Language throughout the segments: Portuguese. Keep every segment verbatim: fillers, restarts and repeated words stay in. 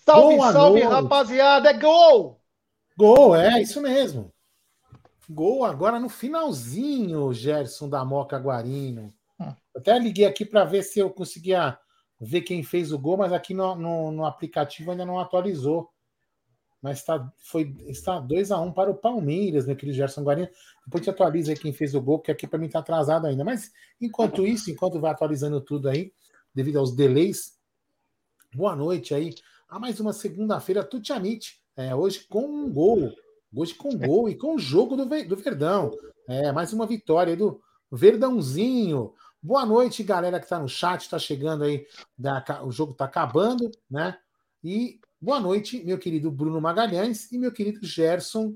Salve, Boa salve, noite. rapaziada! É gol! Gol, é isso mesmo. Gol agora no finalzinho, Gerson da Moca Guarino. Hum. Até liguei aqui para ver se eu conseguia ver quem fez o gol, mas aqui no, no, no aplicativo ainda não atualizou. Mas tá, foi, está dois a um para o Palmeiras, meu querido Gerson Guarino. Depois te atualiza aí quem fez o gol, porque aqui para mim está atrasado ainda. Mas enquanto isso, enquanto vai atualizando tudo aí, devido aos delays, boa noite aí a mais uma segunda-feira Tutianite. É, hoje com um gol. Hoje com gol e com o jogo do, do Verdão. É, mais uma vitória aí do Verdãozinho. Boa noite, galera que está no chat, está chegando aí. Da, o jogo está acabando, né? E boa noite, meu querido Bruno Magalhães e meu querido Gerson.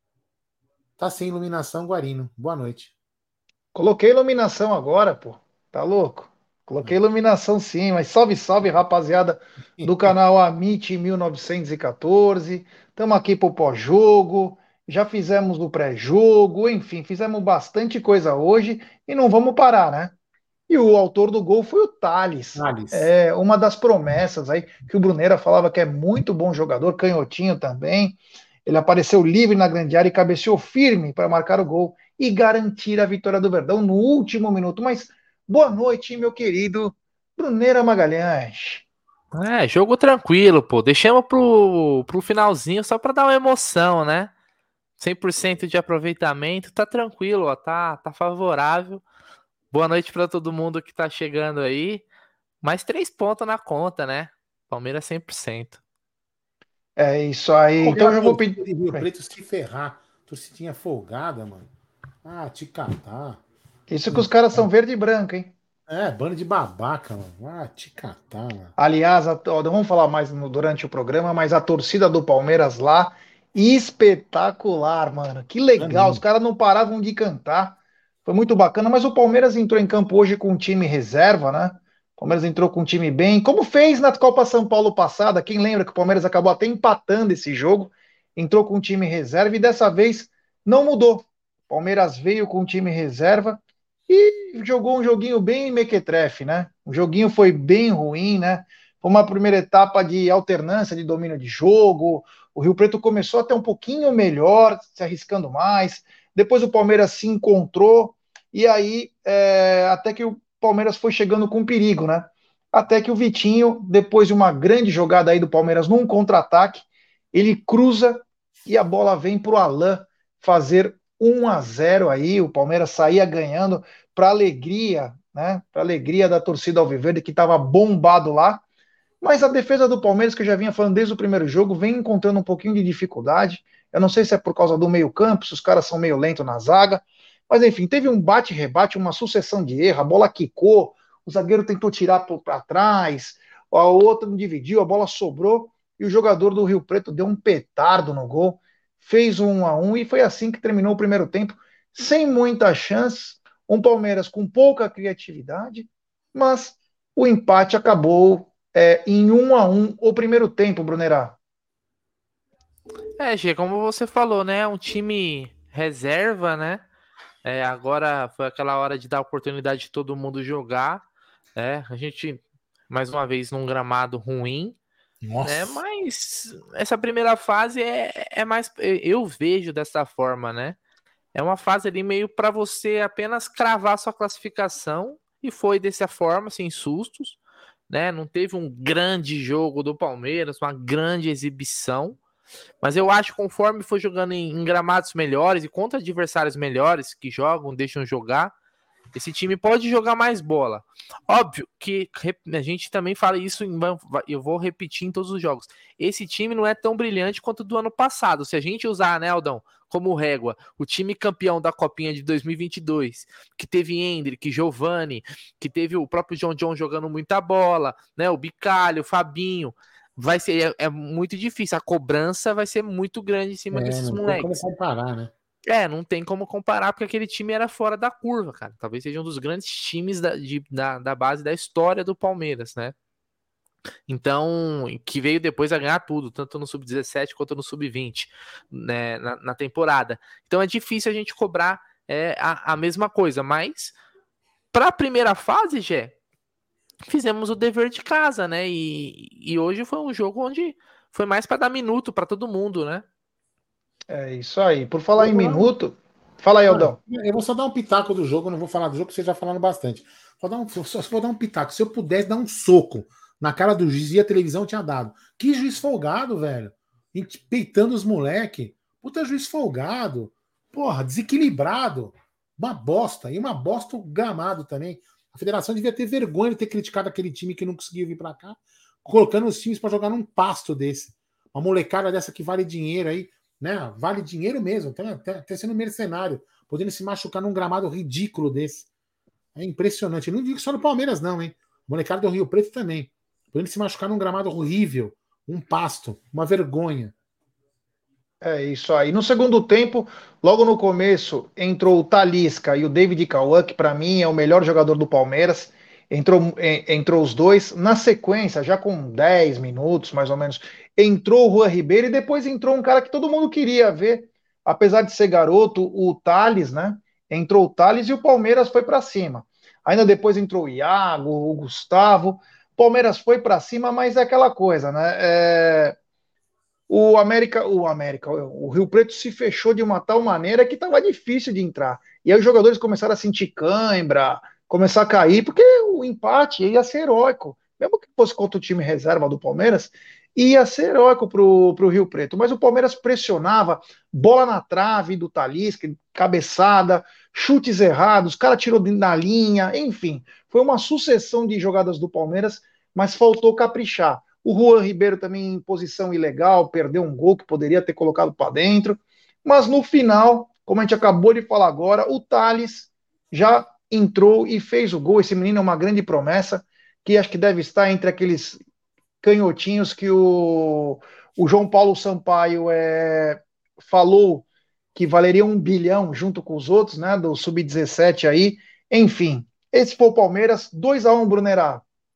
Tá sem iluminação, Guarino. Boa noite. Coloquei iluminação agora, pô. Tá louco? Coloquei iluminação sim, mas salve, salve, rapaziada do canal Amit mil novecentos e quatorze. Estamos aqui pro pós-jogo. Já fizemos o pré-jogo, enfim, fizemos bastante coisa hoje e não vamos parar, né? E o autor do gol foi o Thales. Thales. É uma das promessas aí que o Brunera falava que é muito bom jogador, canhotinho também. Ele apareceu livre na grande área e cabeceou firme para marcar o gol e garantir a vitória do Verdão no último minuto. Mas boa noite, meu querido Brunera Magalhães. É, jogo tranquilo, pô. Deixamos pro, pro finalzinho só pra dar uma emoção, né? cem por cento de aproveitamento, tá tranquilo, ó, tá, tá favorável. Boa noite pra todo mundo que tá chegando aí. Mais três pontos na conta, né? Palmeiras cem por cento. É isso aí. Como Então eu a já vou pedir. torcida de Rio Preto se ferrar. Torcidinha folgada, mano. Ah, te catar. Isso que os caras são verde e branco, hein? É, bando de babaca, mano. Ah, te catar, mano. Aliás, a- ó, não vamos falar mais no- durante o programa, mas a torcida do Palmeiras lá, espetacular, mano. Que legal, os Também. caras não paravam de cantar. Foi muito bacana, mas o Palmeiras entrou em campo hoje com um time reserva, né? O Palmeiras entrou com um time bem, como fez na Copa São Paulo passada. Quem lembra que o Palmeiras acabou até empatando esse jogo? Entrou com um time reserva e dessa vez não mudou. O Palmeiras veio com um time reserva e jogou um joguinho bem mequetrefe, né? O joguinho foi bem ruim, né? Foi uma primeira etapa de alternância de domínio de jogo. O Rio Preto começou até um pouquinho melhor, se arriscando mais. Depois o Palmeiras se encontrou e aí é, até que o Palmeiras foi chegando com perigo, né? Até que o Vitinho, depois de uma grande jogada aí do Palmeiras num contra-ataque, ele cruza e a bola vem para o Alain fazer um a zero aí. O Palmeiras saía ganhando para alegria, né? Para alegria da torcida alviverde que estava bombado lá. Mas a defesa do Palmeiras, que eu já vinha falando desde o primeiro jogo, vem encontrando um pouquinho de dificuldade. Eu não sei se é por causa do meio-campo, se os caras são meio lentos na zaga. Mas enfim, teve um bate-rebate, uma sucessão de erros, a bola quicou, o zagueiro tentou tirar para trás, o outro não dividiu, a bola sobrou e o jogador do Rio Preto deu um petardo no gol, fez um 1 a um e foi assim que terminou o primeiro tempo, sem muita chance. Um Palmeiras com pouca criatividade, mas o empate acabou é, em um a um o primeiro tempo, Brunerá. É, Gê, como você falou, né? Um time reserva, né? É, agora foi aquela hora de dar oportunidade de todo mundo jogar. É, a gente, mais uma vez, num gramado ruim. Né? Nossa. Mas essa primeira fase é, é mais. Eu vejo dessa forma, né? É uma fase ali meio para você apenas cravar sua classificação. E foi dessa forma, sem sustos. Né? Não teve um grande jogo do Palmeiras, uma grande exibição. Mas eu acho que conforme for jogando em, em gramados melhores e contra adversários melhores que jogam, deixam jogar, esse time pode jogar mais bola. Óbvio que a gente também fala isso, em, eu vou repetir em todos os jogos. Esse time não é tão brilhante quanto o do ano passado. Se a gente usar, né, Aldão, como régua, o time campeão da Copinha de dois mil e vinte e dois, que teve Hendrick, Giovani, que teve o próprio John John jogando muita bola, né, o Bicalho, o Fabinho, vai ser é, é muito difícil. A cobrança vai ser muito grande em cima É, desses não tem como moleques. comparar, né? É, não tem como comparar, porque aquele time era fora da curva, cara. Talvez seja um dos grandes times da, de, da, da base da história do Palmeiras, né? Então, que veio depois a ganhar tudo, tanto no sub dezessete quanto no sub vinte, né, na, na temporada. Então é difícil a gente cobrar é, a, a mesma coisa, mas para a primeira fase, Gé, fizemos o dever de casa, né? E, e hoje foi um jogo onde foi mais para dar minuto para todo mundo, né? É isso aí. Por falar Eu em vou, lá- minuto, fala aí, Mano, Aldão. eu vou só dar um pitaco do jogo, não vou falar do jogo, que vocês já falaram bastante. Vou dar um, só vou dar um pitaco. Se eu pudesse dar um soco na cara do juiz e a televisão tinha dado. Que juiz folgado, velho. Peitando os moleque. Puta juiz folgado. Porra, desequilibrado. Uma bosta. E uma bosta o gramado também. A federação devia ter vergonha de ter criticado aquele time que não conseguiu vir pra cá, colocando os times pra jogar num pasto desse. Uma molecada dessa que vale dinheiro aí, né? Vale dinheiro mesmo, até, até, até sendo mercenário, podendo se machucar num gramado ridículo desse. É impressionante. Eu não digo só no Palmeiras, não, hein? Molecada do Rio Preto também. Podendo se machucar num gramado horrível, um pasto, uma vergonha. É isso aí. No segundo tempo, logo no começo, entrou o Talisca e o David Cauã, que para mim é o melhor jogador do Palmeiras. Entrou, en- entrou os dois. Na sequência, já com dez minutos mais ou menos, entrou o Juan Ribeiro e depois entrou um cara que todo mundo queria ver, apesar de ser garoto, o Thales, né? Entrou o Thales e o Palmeiras foi para cima. Ainda depois entrou o Iago, o Gustavo. O Palmeiras foi para cima, mas é aquela coisa, né? É, o América, o América, o Rio Preto se fechou de uma tal maneira que estava difícil de entrar. E aí os jogadores começaram a sentir cãibra, começar a cair, porque o empate ia ser heróico. Mesmo que fosse contra o time reserva do Palmeiras, ia ser heróico para o Rio Preto. Mas o Palmeiras pressionava, bola na trave do Talisca, cabeçada, chutes errados, o cara tirou na linha, enfim. Foi uma sucessão de jogadas do Palmeiras, mas faltou caprichar. O Juan Ribeiro também em posição ilegal, perdeu um gol que poderia ter colocado para dentro. Mas no final, como a gente acabou de falar agora, o Thales já entrou e fez o gol. Esse menino é uma grande promessa, que acho que deve estar entre aqueles canhotinhos que o, o João Paulo Sampaio é, falou que valeria um bilhão junto com os outros, né? Do sub dezessete aí. Enfim, esse foi o Palmeiras, dois a um, Brunerá.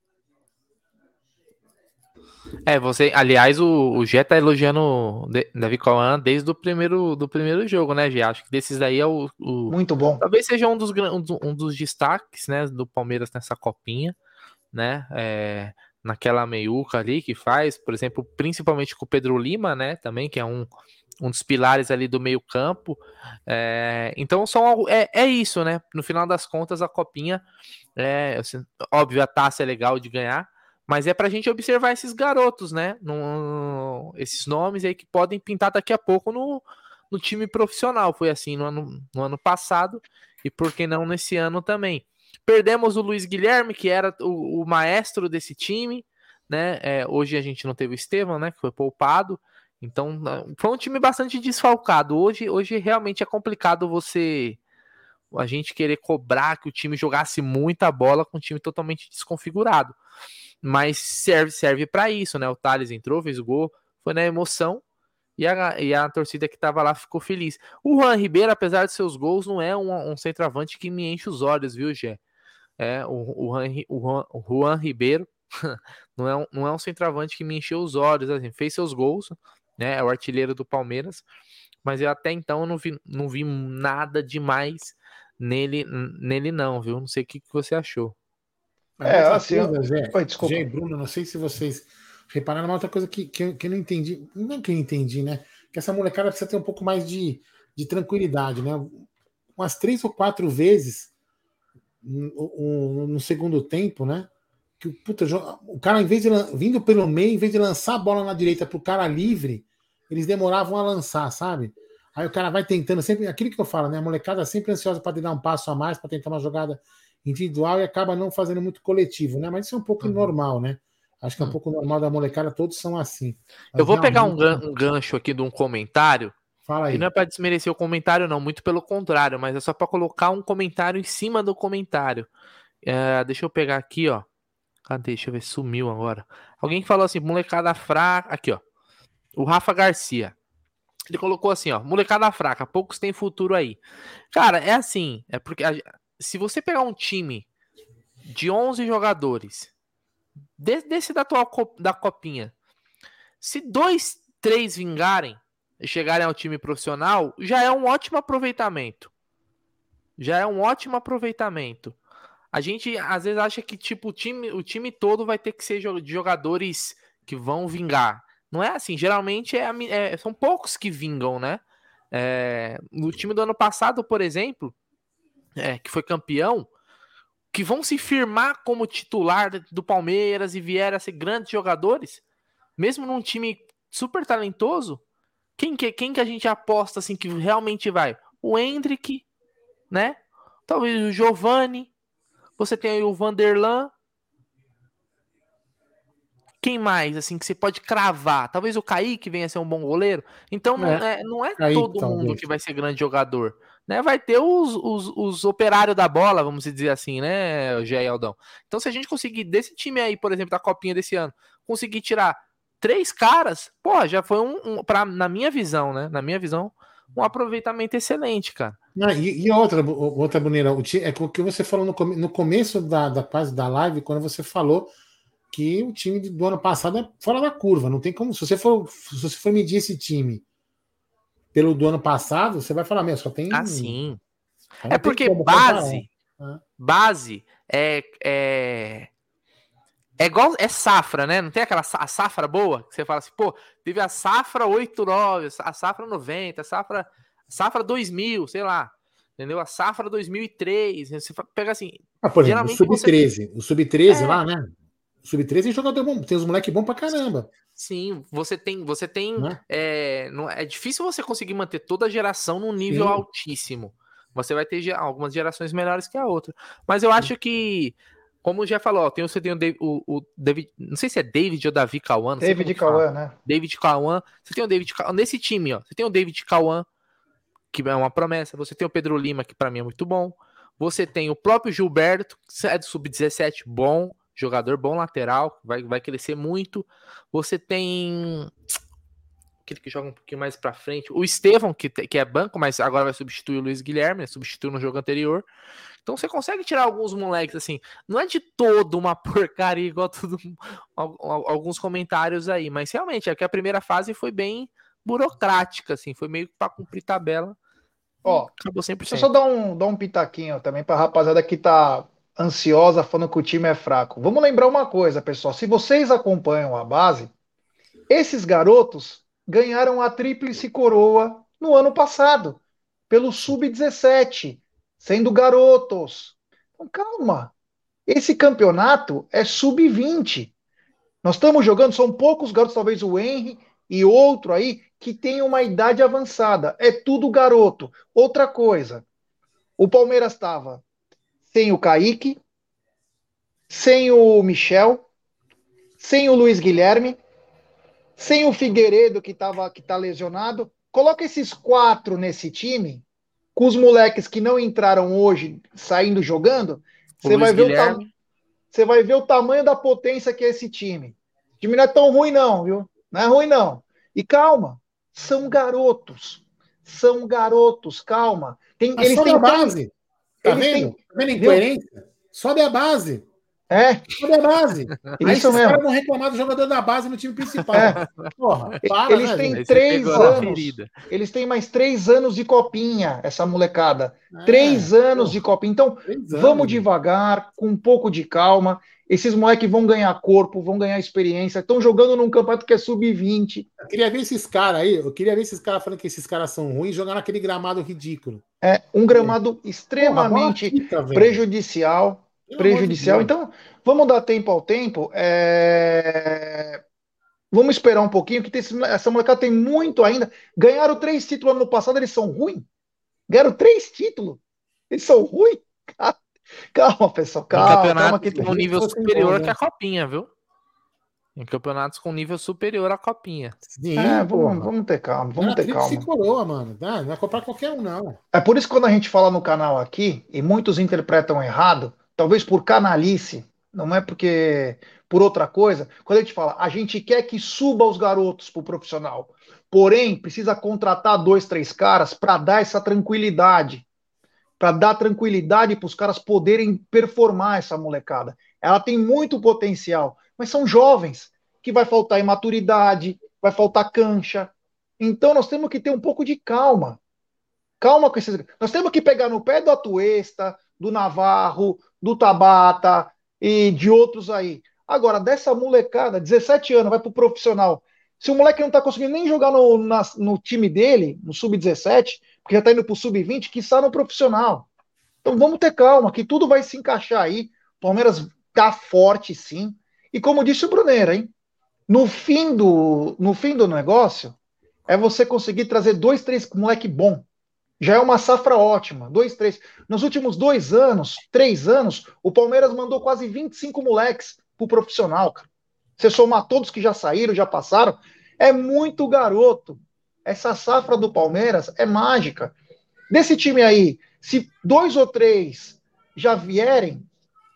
É, você, aliás, o, o Gé tá elogiando o De- Davi Cauã desde o primeiro, do primeiro jogo, né, Gé? Acho que desses daí é o, o- Muito bom. talvez seja um dos, gran- um do- um dos destaques, né, do Palmeiras nessa copinha, né? É, naquela meiuca ali que faz, por exemplo, principalmente com o Pedro Lima, né? Também, que é um, um dos pilares ali do meio-campo. É, então, são, algo- é, é isso, né? No final das contas, a copinha, é, assim, óbvio, a taça é legal de ganhar. Mas é pra gente observar esses garotos, né? No, esses nomes aí que podem pintar daqui a pouco no, no time profissional. Foi assim no ano, no ano passado e por que não nesse ano também. Perdemos o Luiz Guilherme, que era o, o maestro desse time, né? É, hoje a gente não teve o Estevão, né? Que foi poupado. Então foi um time bastante desfalcado. Hoje, hoje realmente é complicado você a gente querer cobrar que o time jogasse muita bola com um time totalmente desconfigurado. Mas serve, serve para isso, né? O Thales entrou, fez o gol, foi na emoção e a, e a torcida que tava lá ficou feliz. O Juan Ribeiro, apesar de seus gols, não é um, um centroavante que me enche os olhos, viu, Gé? É, o, o, Juan, o, Juan, o Juan Ribeiro não, é um, não é um centroavante que me encheu os olhos, assim, fez seus gols, né? É o artilheiro do Palmeiras, mas eu até então não vi, não vi nada demais nele, nele não, viu? Não sei o que, que você achou. Mas uma É, outra assim, coisa, Zé, oi, Zé e desculpa. Bruno, não sei se vocês repararam, uma outra coisa que, que, eu, que eu não entendi, não que eu entendi, né? Que essa molecada precisa ter um pouco mais de, de tranquilidade, né? Umas três ou quatro vezes no, no segundo tempo, né? Que puta, o cara, em vez de vindo pelo meio, em vez de lançar a bola na direita pro cara livre, eles demoravam a lançar, sabe? Aí o cara vai tentando sempre, aquilo que eu falo, né? A molecada sempre ansiosa para dar um passo a mais, para tentar uma jogada individual e acaba não fazendo muito coletivo, né? Mas isso é um pouco Uhum. normal, né? Acho que é um pouco normal da molecada, todos são assim. Eu Mas vou pegar um, realmente. gan um gancho aqui de um comentário, Fala e não aí. é para desmerecer o comentário, não, muito pelo contrário, mas é só para colocar um comentário em cima do comentário. É, deixa eu pegar aqui, ó. Cadê? Deixa eu ver, sumiu agora. Alguém que falou assim, molecada fraca. Aqui, ó. O Rafa Garcia. Ele colocou assim, ó. Molecada fraca, poucos têm futuro aí. Cara, é assim. É porque a, se você pegar um time de onze jogadores, desse, desse da atual da copinha, se dois, três vingarem e chegarem ao time profissional, já é um ótimo aproveitamento. Já é um ótimo aproveitamento. A gente às vezes acha que tipo o time, o time todo vai ter que ser de jogadores que vão vingar. Não é assim. Geralmente é, é, são poucos que vingam, né? É, no time do ano passado, por exemplo, é, que foi campeão, que vão se firmar como titular do Palmeiras e vieram a ser grandes jogadores, mesmo num time super talentoso, quem que, quem que a gente aposta assim que realmente vai? O Endrick, né? Talvez o Giovani. Você tem aí o Vanderlan. Quem mais, assim, que você pode cravar? Talvez o Kaique venha a ser um bom goleiro. Então, não é, não é Kaique, todo mundo talvez. que vai ser grande jogador. Né? Vai ter os, os, os operários da bola, vamos dizer assim, né, Gé e Aldão? Então, se a gente conseguir, desse time aí, por exemplo, da Copinha desse ano, conseguir tirar três caras, pô, já foi um, um pra, na minha visão, né? Na minha visão, um aproveitamento excelente, cara. Não, e, e outra, outra Bruneira, o ti- é o que você falou no, come- no começo da, da, quase da live, quando você falou que o time do ano passado é fora da curva. Não tem como. Se você for, se você for medir esse time pelo do ano passado, você vai falar, meu, só tem. Assim. Não É tem porque como comparar. base, Né? base é, é, é igual, é safra, né? Não tem aquela sa- a safra boa? Que você fala assim, pô, teve a safra oito nove, a safra noventa, a safra, a safra dois mil, sei lá. Entendeu? A safra dois mil e três. Você fa- pega assim, Ah, por exemplo, o geralmente sub você. treze. O sub treze É, lá, né? O sub treze tem jogador bom, tem uns moleque bom pra caramba. sim, você tem. Você tem. Né? É, não, é difícil você conseguir manter toda a geração num nível Sim. altíssimo. Você vai ter ge- algumas gerações melhores que a outra. Mas eu acho que, como já falou, ó, tem, você tem o, Dav- o, o David. Não sei se é David ou Davi Cauã, não sei como David que fala. Cauã, né? David Cauã. Você tem o David Cauã. Nesse time, ó. Você tem o David Cauã, que é uma promessa. Você tem o Pedro Lima, que pra mim é muito bom. Você tem o próprio Gilberto, que é do sub dezessete, bom. Jogador bom lateral, vai, vai crescer muito. Você tem aquele que joga um pouquinho mais pra frente. O Estevão, que, que é banco, mas agora vai substituir o Luiz Guilherme, né? Substituiu no jogo anterior. Então você consegue tirar alguns moleques assim. Não é de todo uma porcaria igual tudo, alguns comentários aí, mas realmente é que a primeira fase foi bem burocrática, assim, foi meio pra cumprir tabela. Ó, Acabou deixa eu só cem por cento. dar um, dar um pitaquinho também pra rapaziada que tá ansiosa falando que o time é fraco. Vamos lembrar uma coisa, pessoal. Se vocês acompanham a base, esses garotos ganharam a tríplice coroa no ano passado, pelo sub dezessete, sendo garotos. Então, calma. Esse campeonato é sub vinte. Nós estamos jogando, são poucos garotos, talvez o Henry e outro aí, que tem uma idade avançada. É tudo garoto. Outra coisa, o Palmeiras estava sem o Kaique, sem o Michel, sem o Luiz Guilherme, sem o Figueiredo, que tava, que tá lesionado. Coloca esses quatro nesse time, com os moleques que não entraram hoje, saindo jogando, O você Luiz vai ver o tamanho. Guilherme. Você vai ver o tamanho da potência que é esse time. O time não é tão ruim, não, viu? Não é ruim, não. E calma, são garotos. São garotos, calma. Tem, Mas eles sobe a têm tão. base. Tá Eles vendo? têm. Tá vendo a Viu? incoerência? Sobe a base. É, Sobe a base. Aí isso esses caras mesmo. vão reclamar do jogador da base no time principal. É. Porra, para, Eles né, têm gente? Aí você três pegou na anos. ferida. Eles têm mais três anos de copinha, essa molecada. É, Três anos de porra, copinha. Então, três vamos anos, meu. devagar, com um pouco de calma. Esses moleques vão ganhar corpo, vão ganhar experiência. Estão jogando num campeonato que é sub vinte. Eu queria ver esses caras aí, eu queria ver esses caras falando que esses caras são ruins, jogar naquele gramado ridículo. É um gramado Porra, bola extremamente quica, velho. prejudicial. Pelo amor de Prejudicial. Deus. Então, vamos dar tempo ao tempo. É, vamos esperar um pouquinho, que tem esse- essa molecada tem muito ainda. Ganharam três títulos ano passado, eles são ruins? Ganharam três títulos? Eles são ruins? Calma, pessoal, Em calma, calma. campeonatos Que... com nível Fossem superior bons, que né? a Copinha, viu? Em campeonatos com nível superior à Copinha. É, Sim, vamos, porra. vamos ter calma, vamos Era ter tríplice calma. coroa, mano. Não, não é comprar qualquer um, não. É por isso que quando a gente fala no canal aqui, e muitos interpretam errado, talvez por canalice, não é porque por outra coisa, quando a gente fala, a gente quer que suba os garotos para o profissional, porém precisa contratar dois, três caras para dar essa tranquilidade, para dar tranquilidade para os caras poderem performar essa molecada. Ela tem muito potencial, mas são jovens, que vai faltar imaturidade, vai faltar cancha. Então nós temos que ter um pouco de calma. Calma com esses. Nós temos que pegar no pé do Atuesta, do Navarro, do Tabata e de outros aí. Agora, dessa molecada, dezessete anos, vai pro profissional. Se o moleque não tá conseguindo nem jogar no, na- no time dele, no sub dezessete, porque já tá indo pro sub vinte, que está no profissional. Então vamos ter calma, que tudo vai se encaixar aí. O Palmeiras tá forte, sim. E como disse o Brunera, hein? No fim do, no fim do negócio, é você conseguir trazer dois, três moleque bom. Já é uma safra ótima. Dois, três. Nos últimos dois anos, três anos, o Palmeiras mandou quase vinte e cinco moleques pro profissional, cara. Você somar todos que já saíram, já passaram, é muito garoto. Essa safra do Palmeiras é mágica. Desse time aí, se dois ou três já vierem,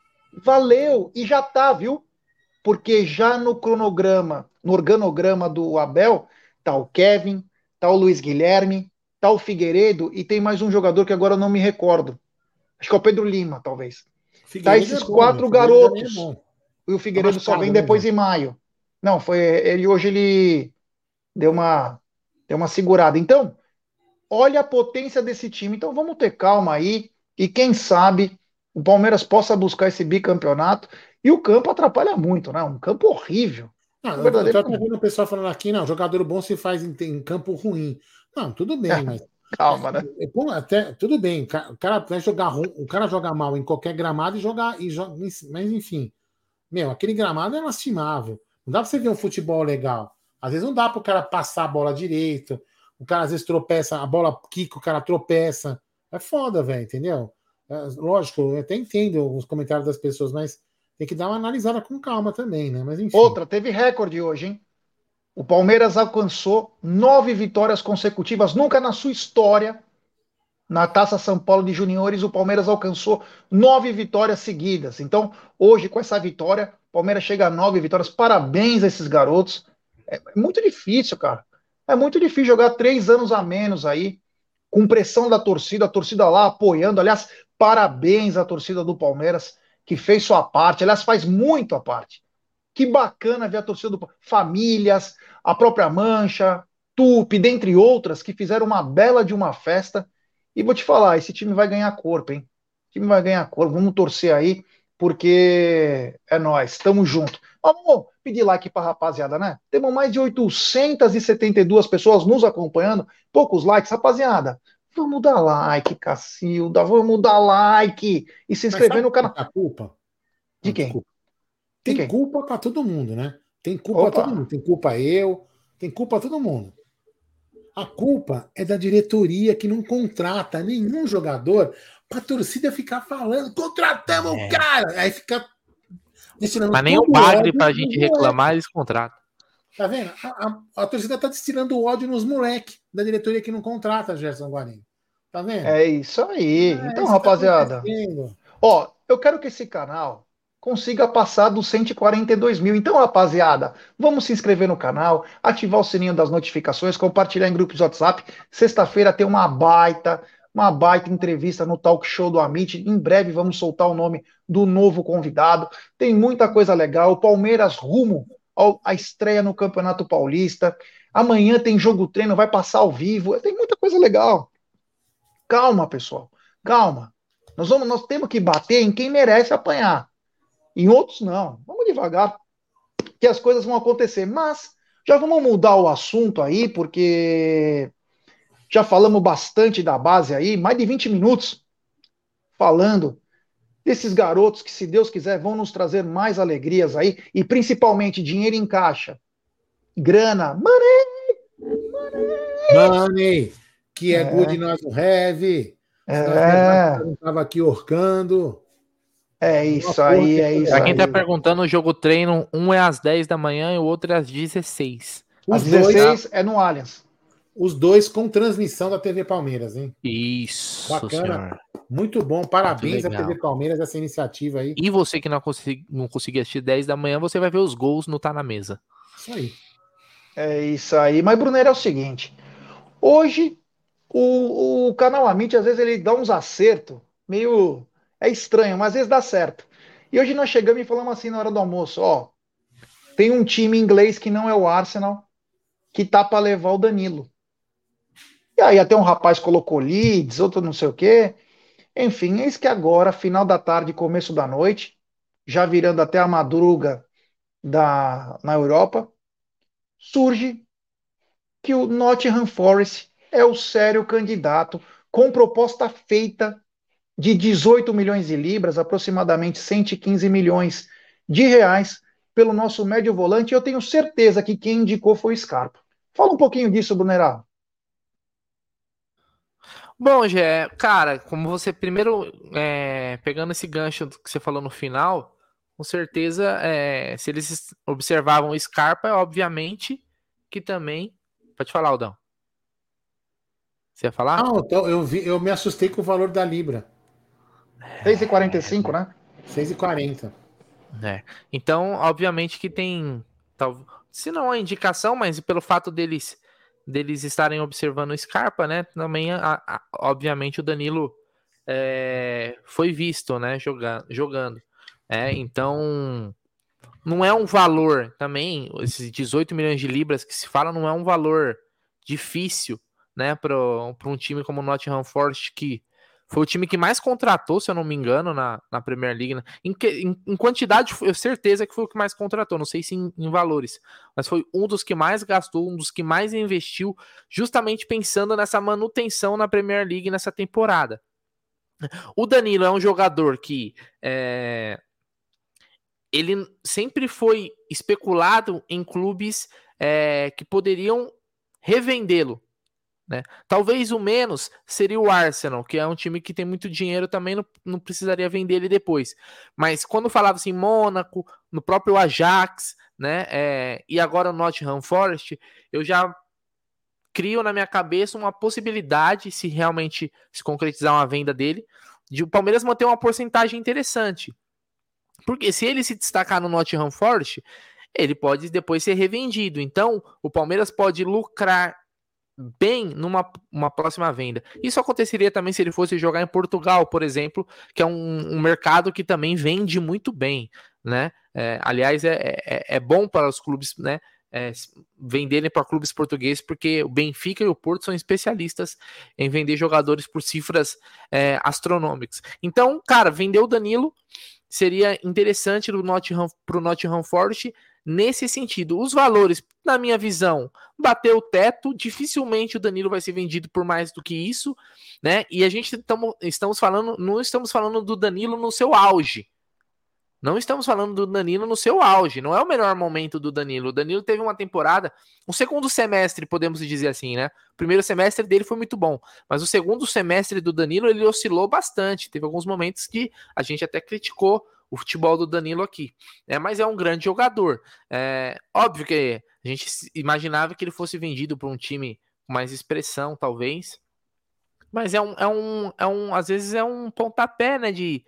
valeu e já tá, viu? Porque já no cronograma, no organograma do Abel, tá o Kevin, tá o Luiz Guilherme, tá o Figueiredo e tem mais um jogador que agora eu não me recordo. Acho que é o Pedro Lima, talvez. Tá Figueiredo é esses bom, meu. quatro Figueiredo também é garotos. bom. E o Tá Figueiredo só vem machucado, né, depois Zé? em maio. Não, foi ele hoje ele deu uma deu uma segurada. Então, olha a potência desse time. Então vamos ter calma aí e quem sabe o Palmeiras possa buscar esse bicampeonato. E o campo atrapalha muito, né? Um campo horrível. Não, Um eu, eu tô verdadeiro. até vendo o pessoal falando aqui, não, jogador bom se faz em, em campo ruim. Não, tudo bem, mas é, Calma, né? é, pô, até, tudo bem, o cara, o cara vai jogar ru- o cara joga mal em qualquer gramado e jogar, e joga, mas enfim, meu, aquele gramado é lastimável. Não dá pra você ver um futebol legal. Às vezes não dá pro cara passar a bola direito. O cara às vezes tropeça, a bola quica, o cara tropeça. É foda, velho, entendeu? É, lógico, eu até entendo os comentários das pessoas, mas tem que dar uma analisada com calma também, né? Mas enfim. Outra, teve recorde hoje, hein? O Palmeiras alcançou nove vitórias consecutivas. Nunca na sua história, na Taça São Paulo de Juniores, o Palmeiras alcançou nove vitórias seguidas. Então, hoje, com essa vitória, o Palmeiras chega a nove vitórias. Parabéns a esses garotos. É muito difícil, cara. É muito difícil jogar três anos a menos aí, com pressão da torcida, a torcida lá apoiando. Aliás, parabéns à torcida do Palmeiras, que fez sua parte. Aliás, faz muito a parte. Que bacana ver a torcida do Famílias, a própria Mancha, Tupi, dentre outras, que fizeram uma bela de uma festa. E vou te falar, esse time vai ganhar corpo, hein? O time vai ganhar corpo. Vamos torcer aí, porque é nós, estamos juntos. Vamos pedir like para rapaziada, né? Temos mais de oitocentas e setenta e duas pessoas nos acompanhando. Poucos likes, rapaziada. Vamos dar like, Cacilda. Vamos dar like e se Mas inscrever sabe no quem canal. tá a culpa? De Não, quem? desculpa. De Tem quem? culpa para todo mundo, né? Tem culpa todo mundo. Opa! Tem culpa eu, tem culpa todo mundo. A culpa é da diretoria que não contrata nenhum jogador para a torcida ficar falando, contratamos o É. cara. Aí fica destilando Mas nem o todo o Bagre ódio pra nos gente moleques. reclamar, eles contratam. Tá vendo? A, a, a torcida tá destilando ódio nos moleques da diretoria que não contrata Gerson Guarino. Tá vendo? É isso aí. É Então, isso que tá rapaziada, acontecendo. ó, eu quero que esse canal consiga passar dos cento e quarenta e dois mil. Então, rapaziada, vamos se inscrever no canal, ativar o sininho das notificações, compartilhar em grupos de WhatsApp. Sexta-feira tem uma baita, uma baita entrevista no Talk Show do Amit. Em breve vamos soltar o nome do novo convidado. Tem muita coisa legal. O Palmeiras rumo ao- à estreia no Campeonato Paulista. Amanhã tem jogo treino, vai passar ao vivo. Tem muita coisa legal. Calma, pessoal. Calma. Nós, vamos, nós temos que bater em quem merece apanhar. Em outros, não. Vamos devagar, que as coisas vão acontecer. Mas já vamos mudar o assunto aí, porque já falamos bastante da base aí, mais de vinte minutos falando desses garotos que, se Deus quiser, vão nos trazer mais alegrias aí, e principalmente dinheiro em caixa, grana, money, Money, que é good é, nós não have. Se nós levasse, é, nós não tava aqui orcando. é Uma isso porra aí, que é é isso Pra quem tá aí. legal. perguntando, o jogo treino, um é às dez da manhã e o outro é às dezesseis. Às Os dois, dezesseis é no Allianz. os dois com transmissão da T V Palmeiras, hein? Isso, Bacana. senhor. Muito bom. Muito Parabéns à legal. T V Palmeiras, essa iniciativa aí. E você que não, consegui, não conseguir assistir dez da manhã, você vai ver os gols no Tá Na Mesa. Isso aí. É isso aí. Mas, Brunner, é o seguinte: hoje o, o canal Amit, às vezes, ele dá uns acertos meio. É estranho, mas às vezes dá certo. E hoje nós chegamos e falamos assim na hora do almoço: ó, tem um time inglês que não é o Arsenal, que tá para levar o Danilo. E aí até um rapaz colocou Leeds, outro não sei o quê. Enfim, eis que agora, final da tarde, começo da noite, já virando até a madruga da, na Europa, surge que o Nottingham Forest é o sério candidato, com proposta feita de dezoito milhões de libras, aproximadamente cento e quinze milhões de reais, pelo nosso médio volante. Eu tenho certeza que quem indicou foi o Scarpa. Fala um pouquinho disso, Brunerá. Bom, Gé, cara, como você primeiro, é, pegando esse gancho do que você falou no final, com certeza, é, se eles observavam o Scarpa, obviamente que também. Pode falar, Aldão. Você ia falar? Ah, então eu, vi, eu me assustei com o valor da Libra. seis e quarenta e cinco, né? seis e quarenta. É. Então, obviamente que tem, tal, se não a indicação, mas pelo fato deles deles estarem observando o Scarpa, né? Também, a, a, obviamente, o Danilo é, foi visto, né? Jogando, jogando. É, então, não é um valor também, esses dezoito milhões de libras que se fala, não é um valor difícil, né? Para um time como o Nottingham Forest, que foi o time que mais contratou, se eu não me engano, na, na Premier League. Né? Em, que, em, em quantidade, eu certeza que foi o que mais contratou, não sei se em, em valores, mas foi um dos que mais gastou, um dos que mais investiu, justamente pensando nessa manutenção na Premier League nessa temporada. O Danilo é um jogador que é, ele sempre foi especulado em clubes é, que poderiam revendê-lo. Né? Talvez o menos seria o Arsenal, que é um time que tem muito dinheiro, também não, não precisaria vender ele depois. Mas quando falava assim, Mônaco, no próprio Ajax, né, é, e agora o Nottingham Forest, eu já crio na minha cabeça uma possibilidade, se realmente se concretizar uma venda dele, de o Palmeiras manter uma porcentagem interessante. Porque se ele se destacar no Nottingham Forest, ele pode depois ser revendido. Então, o Palmeiras pode lucrar bem numa uma próxima venda. Isso aconteceria também se ele fosse jogar em Portugal, por exemplo, que é um, um mercado que também vende muito bem, né? É, aliás, é, é, é bom para os clubes, né? É, venderem para clubes portugueses, porque o Benfica e o Porto são especialistas em vender jogadores por cifras é, astronômicas. Então, cara, vender o Danilo seria interessante para o Nottingham Forest nesse sentido. Os valores, na minha visão, bateu o teto, dificilmente o Danilo vai ser vendido por mais do que isso, né? E a gente tamo, estamos falando, não estamos falando do Danilo no seu auge. Não estamos falando do Danilo no seu auge, não é o melhor momento do Danilo. O Danilo teve uma temporada, um segundo semestre, podemos dizer assim, né? O primeiro semestre dele foi muito bom, mas o segundo semestre do Danilo, ele oscilou bastante. Teve alguns momentos que a gente até criticou o futebol do Danilo aqui. É, mas é um grande jogador. É, óbvio que a gente imaginava que ele fosse vendido para um time com mais expressão, talvez. Mas é um, é um, é um, às vezes é um pontapé, né, de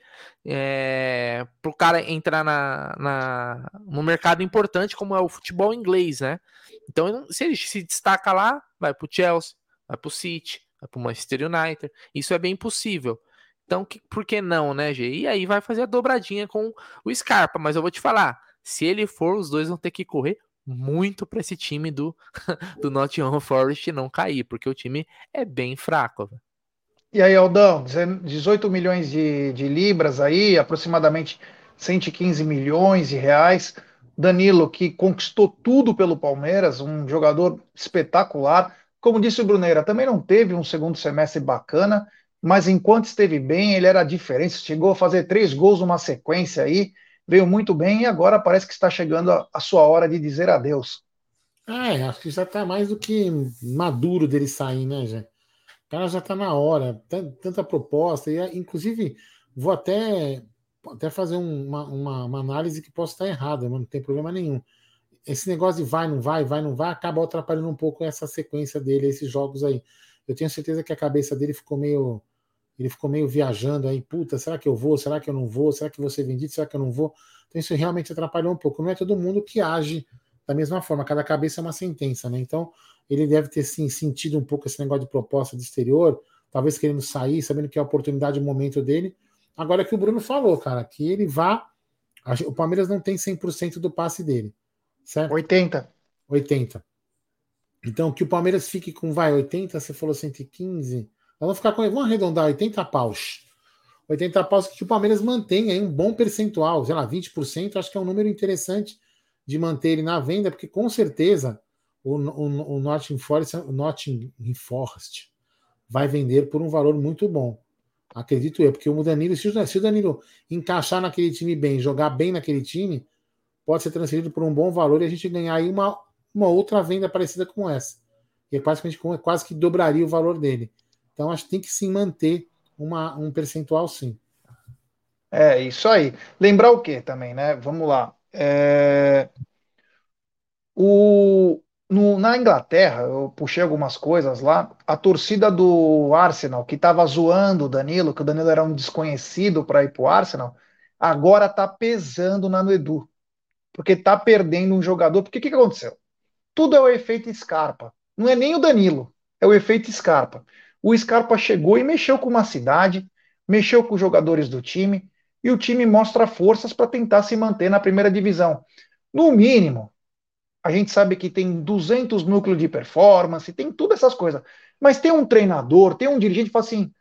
é, pro cara entrar na, na, no mercado importante como é o futebol inglês, né? Então, se ele se destaca lá, vai pro Chelsea, vai pro City, vai pro Manchester United. Isso é bem possível. Então, que, por que não, né, Gê? E aí vai fazer a dobradinha com o Scarpa. Mas eu vou te falar, se ele for, os dois vão ter que correr muito para esse time do, do Nottingham Forest não cair, porque o time é bem fraco, velho. E aí, Aldão, dezoito milhões de, de libras aí, aproximadamente cento e quinze milhões de reais. Danilo, que conquistou tudo pelo Palmeiras, um jogador espetacular. Como disse o Bruneira, também não teve um segundo semestre bacana, mas enquanto esteve bem, ele era a diferença. Chegou a fazer três gols numa sequência aí, veio muito bem e agora parece que está chegando a, a sua hora de dizer adeus. É, acho que já tá mais do que maduro dele sair, né, gente? O cara já tá na hora, tanta proposta, e inclusive vou até, até fazer uma, uma, uma análise que possa estar errada, mas não tem problema nenhum. Esse negócio de vai, não vai, vai, não vai, acaba atrapalhando um pouco essa sequência dele, esses jogos aí. Eu tenho certeza que a cabeça dele ficou meio. Ele ficou meio viajando aí, puta, será que eu vou? Será que eu não vou? Será que vou ser vendido? Será que eu não vou? Então isso realmente atrapalhou um pouco. Não é todo mundo que age da mesma forma, cada cabeça é uma sentença, né? Então ele deve ter sim, sentido um pouco esse negócio de proposta de exterior, talvez querendo sair, sabendo que é a oportunidade, o momento dele. Agora que o Bruno falou, cara, que ele vá. O Palmeiras não tem cem por cento do passe dele, certo? oitenta. oitenta. Então que o Palmeiras fique com, vai, oitenta, você falou cento e quinze. Vamos ficar com, vamos arredondar, oitenta paus. oitenta paus que o Palmeiras mantenha aí um bom percentual, sei lá, vinte por cento, acho que é um número interessante de manter ele na venda, porque com certeza o, o, o Nottingham Forest, o Nottingham Forest vai vender por um valor muito bom. Acredito eu, porque o Danilo, se o Danilo encaixar naquele time bem, jogar bem naquele time, pode ser transferido por um bom valor e a gente ganhar aí uma, uma outra venda parecida com essa. E é quase, que quase que dobraria o valor dele. Então acho que tem que sim manter uma, um percentual sim. É, isso aí. Lembrar o quê também, né? Vamos lá. É... O... no- na Inglaterra, eu puxei algumas coisas lá. A torcida do Arsenal, que estava zoando o Danilo, que o Danilo era um desconhecido para ir para o Arsenal, agora está pesando na no Edu, porque está perdendo um jogador. Porque o que, que aconteceu? Tudo é o efeito Scarpa. Não é nem o Danilo, é o efeito Scarpa. O Scarpa chegou e mexeu com uma cidade, mexeu com os jogadores do time, e o time mostra forças para tentar se manter na primeira divisão. No mínimo, a gente sabe que tem duzentos núcleos de performance, tem todas essas coisas. Mas tem um treinador, tem um dirigente que fala assim: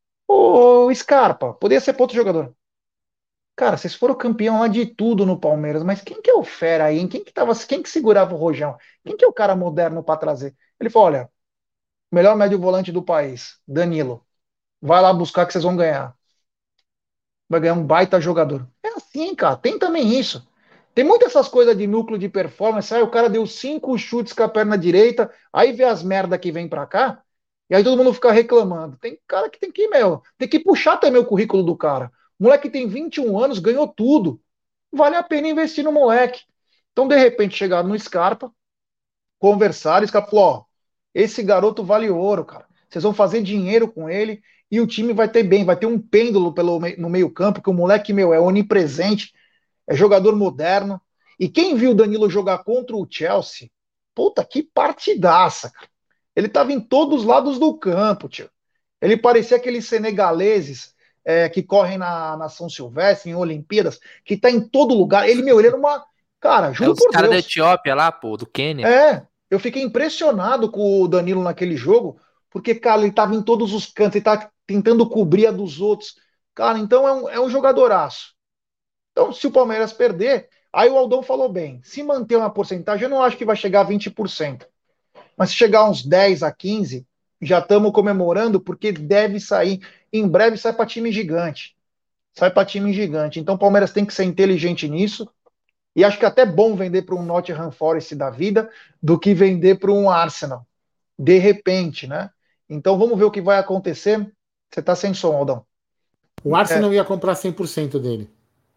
Ô Scarpa, poderia ser para outro jogador. Cara, vocês foram campeão lá de tudo no Palmeiras, mas quem que é o fera aí, hein? Quem que tava, quem que segurava o Rojão? Quem que é o cara moderno para trazer? Ele falou: olha, melhor médio volante do país, Danilo. Vai lá buscar que vocês vão ganhar. Vai ganhar um baita jogador. É assim, cara, tem também isso. Tem muitas essas coisas de núcleo de performance. Aí o cara deu cinco chutes com a perna direita, aí vê as merda que vem pra cá, e aí todo mundo fica reclamando. Tem cara que tem que, meu, tem que puxar também o currículo do cara. O moleque tem vinte e um anos, ganhou tudo. Vale a pena investir no moleque. Então, de repente, chegaram no Scarpa, conversaram, o Scarpa falou: ó, esse garoto vale ouro, cara. Vocês vão fazer dinheiro com ele e o time vai ter bem, vai ter um pêndulo pelo, no meio-campo, que o moleque, meu, é onipresente, é jogador moderno. E quem viu o Danilo jogar contra o Chelsea, puta, que partidaça, cara. Ele tava em todos os lados do campo, tio. Ele parecia aqueles senegaleses é, que correm na, na São Silvestre, em Olimpíadas, que tá em todo lugar. Ele, meu, ele era uma. Cara, É juro os por caras da Deus. Etiópia lá, pô, do Quênia. É, eu fiquei impressionado com o Danilo naquele jogo, porque, cara, ele tava em todos os cantos, ele tava tentando cobrir a dos outros. Cara, então é um, é um jogadoraço. Então, se o Palmeiras perder, aí o Aldão falou bem: se manter uma porcentagem, eu não acho que vai chegar a vinte por cento. Mas se chegar uns dez a quinze, já estamos comemorando, porque deve sair. Em breve sai para time gigante. Sai para time gigante. Então o Palmeiras tem que ser inteligente nisso. E acho que é até bom vender para um Nottingham Forest da vida do que vender para um Arsenal. De repente, né? Então vamos ver o que vai acontecer. Você está sem som, Aldão. O É, Arsenal ia comprar cem por cento dele.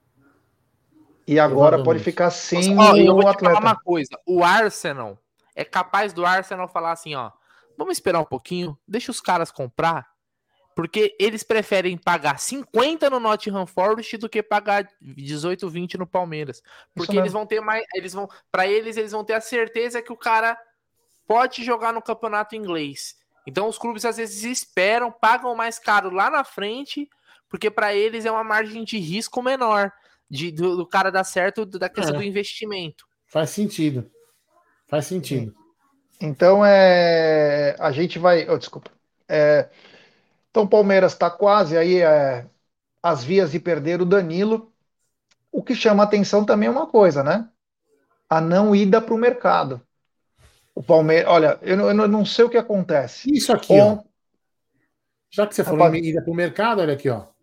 e agora pode Provavelmente. ficar sem Ó, e eu vou o te falar uma atleta. coisa. O Arsenal, é capaz do Arsenal falar assim, ó, vamos esperar um pouquinho, deixa os caras comprar, porque eles preferem pagar cinquenta no Nottingham Forest do que pagar dezoito, vinte no Palmeiras. Isso Porque eles mesmo. vão ter mais, eles vão, para eles eles vão ter a certeza que o cara pode jogar no campeonato inglês. Então os clubes às vezes esperam, pagam mais caro lá na frente, porque para eles é uma margem de risco menor de, do, do cara dar certo da questão É, do investimento. faz sentido. Faz sentido. Então é, a gente vai. Oh, desculpa. É, então o Palmeiras está quase aí é, às vias de perder o Danilo. O que chama atenção também é uma coisa, né? A não ida para o mercado. O Palmeiras, olha, eu, não- eu não sei o que acontece. Isso aqui, ó. On, Já que você falou em rapaz, ida para o mercado, olha aqui, ó.